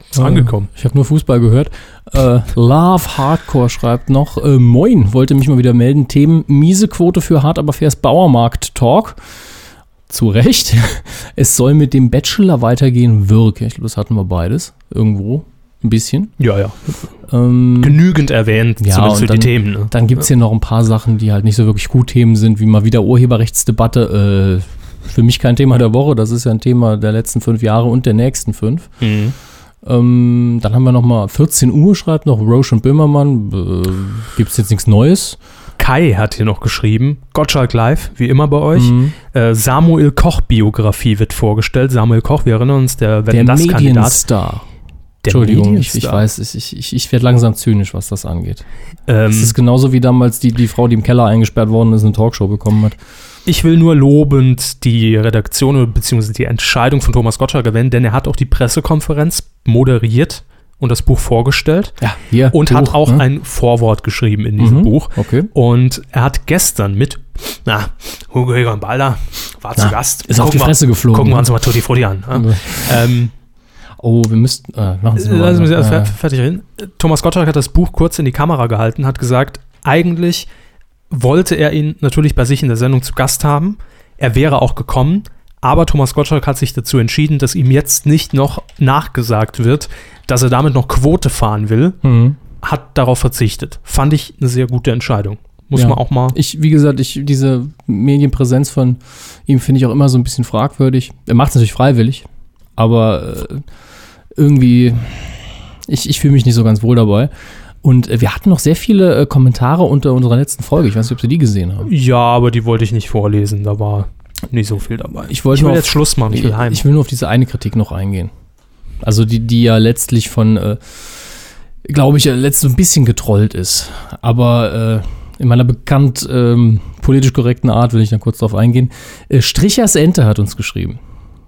Ist angekommen. Ich habe nur Fußball gehört. Love Hardcore schreibt noch, moin, wollte mich mal wieder melden. Themen miese Quote für Hart aber fairs Bauermarkt-Talk. Zu Recht. Es soll mit dem Bachelor weitergehen, Wirke. Ich glaube, das hatten wir beides. Irgendwo. Ein bisschen. Ja. Genügend erwähnt, ja, zumindest für dann, die Themen. Ne? Dann gibt es hier noch ein paar Sachen, die halt nicht so wirklich gut Themen sind, wie mal wieder Urheberrechtsdebatte. Für mich kein Thema der Woche, das ist ja ein Thema der letzten 5 Jahre und der nächsten 5. Mhm. Dann haben wir noch mal 14 Uhr, schreibt noch Roche und Böhmermann. Gibt es jetzt nichts Neues? Kai hat hier noch geschrieben, Gottschalk live, wie immer bei euch. Samuel Koch-Biografie wird vorgestellt. Samuel Koch, wir erinnern uns, der Wetten, das Kandidat. Medienstar. Entschuldigung, ich weiß, ich werde langsam zynisch, was das angeht. Es ist genauso wie damals die Frau, die im Keller eingesperrt worden ist, eine Talkshow bekommen hat. Ich will nur lobend die Redaktion bzw. die Entscheidung von Thomas Gottschalk erwähnen, denn er hat auch die Pressekonferenz moderiert und das Buch vorgestellt. Ja, hier. Und Buch, hat auch ein Vorwort geschrieben in diesem Buch. Okay. Und er hat gestern mit Hugo Egon Balder war zu Gast. Ist auf die Fresse geflogen. Gucken wir uns mal Tutti Frutti an. Wir müssten, machen Sie mal. Lassen wir Sie fertig reden. Thomas Gottschalk hat das Buch kurz in die Kamera gehalten, hat gesagt, eigentlich wollte er ihn natürlich bei sich in der Sendung zu Gast haben. Er wäre auch gekommen, aber Thomas Gottschalk hat sich dazu entschieden, dass ihm jetzt nicht noch nachgesagt wird, dass er damit noch Quote fahren will, hat darauf verzichtet. Fand ich eine sehr gute Entscheidung. Muss man auch mal. Wie gesagt, diese Medienpräsenz von ihm finde ich auch immer so ein bisschen fragwürdig. Er macht es natürlich freiwillig, aber irgendwie, ich fühle mich nicht so ganz wohl dabei. Und wir hatten noch sehr viele Kommentare unter unserer letzten Folge. Ich weiß nicht, ob Sie die gesehen haben. Ja, aber die wollte ich nicht vorlesen. Da war nicht so viel dabei. Ich will jetzt Schluss machen. Ich will heim. Ich will nur auf diese eine Kritik noch eingehen. Also die ja letztlich von, glaube ich, letztlich so ein bisschen getrollt ist. Aber in meiner bekannt politisch korrekten Art will ich dann kurz drauf eingehen. Strichers Ente hat uns geschrieben.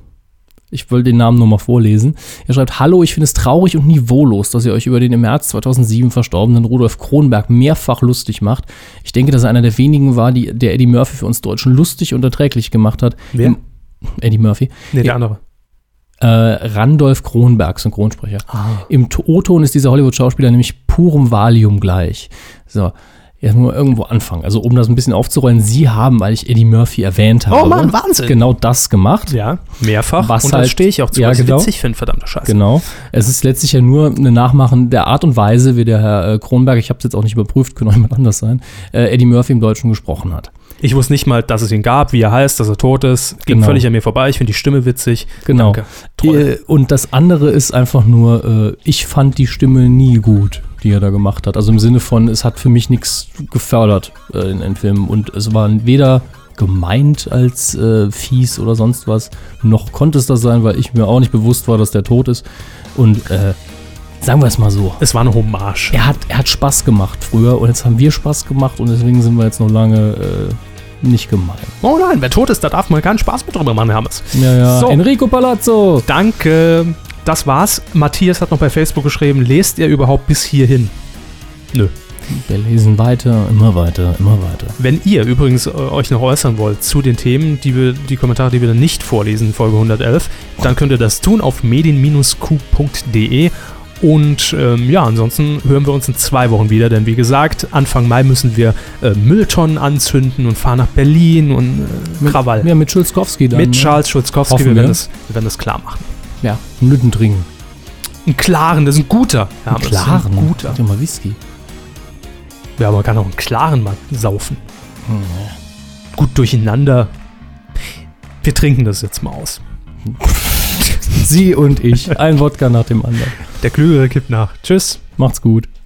Ich wollte den Namen nur mal vorlesen. Er schreibt, hallo, ich finde es traurig und niveaulos, dass ihr euch über den im März 2007 verstorbenen Rudolf Kronberg mehrfach lustig macht. Ich denke, dass er einer der wenigen war, der Eddie Murphy für uns Deutschen lustig und erträglich gemacht hat. Wer? Eddie Murphy. Nee, der andere. Randolph Kronberg, Synchronsprecher. Im O-Ton ist dieser Hollywood-Schauspieler nämlich purem Valium gleich. So. Jetzt nur irgendwo anfangen. Also um das ein bisschen aufzurollen, Sie haben, weil ich Eddie Murphy erwähnt habe, oh Mann, Wahnsinn, genau das gemacht. Ja, mehrfach. Was und halt, da stehe ich auch zu, was ich witzig finde, verdammte Scheiße. Genau. Es ist letztlich ja nur eine Nachmachen der Art und Weise, wie der Herr Kronberg, ich habe es jetzt auch nicht überprüft, könnte auch jemand anders sein, Eddie Murphy im Deutschen gesprochen hat. Ich wusste nicht mal, dass es ihn gab, wie er heißt, dass er tot ist. Ging völlig an mir vorbei. Ich finde die Stimme witzig. Genau. Danke. Toll. Und das andere ist einfach nur, ich fand die Stimme nie gut, die er da gemacht hat. Also im Sinne von, es hat für mich nichts gefördert in den Filmen. Und es war weder gemeint als fies oder sonst was, noch konnte es das sein, weil ich mir auch nicht bewusst war, dass der tot ist. Und sagen wir es mal so. Es war eine Hommage. Er hat Spaß gemacht früher und jetzt haben wir Spaß gemacht und deswegen sind wir jetzt noch lange nicht gemein. Oh nein, wer tot ist, da darf man keinen Spaß mit drüber machen, Hermes. Ja. So. Enrico Palazzo. Danke. Das war's. Matthias hat noch bei Facebook geschrieben, lest ihr überhaupt bis hierhin? Nö. Wir lesen weiter, immer weiter, immer weiter. Wenn ihr übrigens euch noch äußern wollt zu den Themen, die Kommentare, die wir dann nicht vorlesen in Folge 111, dann könnt ihr das tun auf medien-q.de. Und ansonsten hören wir uns in 2 Wochen wieder, denn wie gesagt, Anfang Mai müssen wir Mülltonnen anzünden und fahren nach Berlin und Krawall. Ja, mit Schulzkowski dann. Mit Charles Schulzkowski, wir werden das klar machen. Ja, Nütten trinken. Einen klaren, das ist ein guter. Ja, ein klaren? Ein guter. Sag doch mal Whisky. Ja, aber man kann auch einen klaren mal saufen. Gut durcheinander. Wir trinken das jetzt mal aus. Sie und ich. Ein Wodka nach dem anderen. Der Klügere kippt nach. Tschüss. Macht's gut.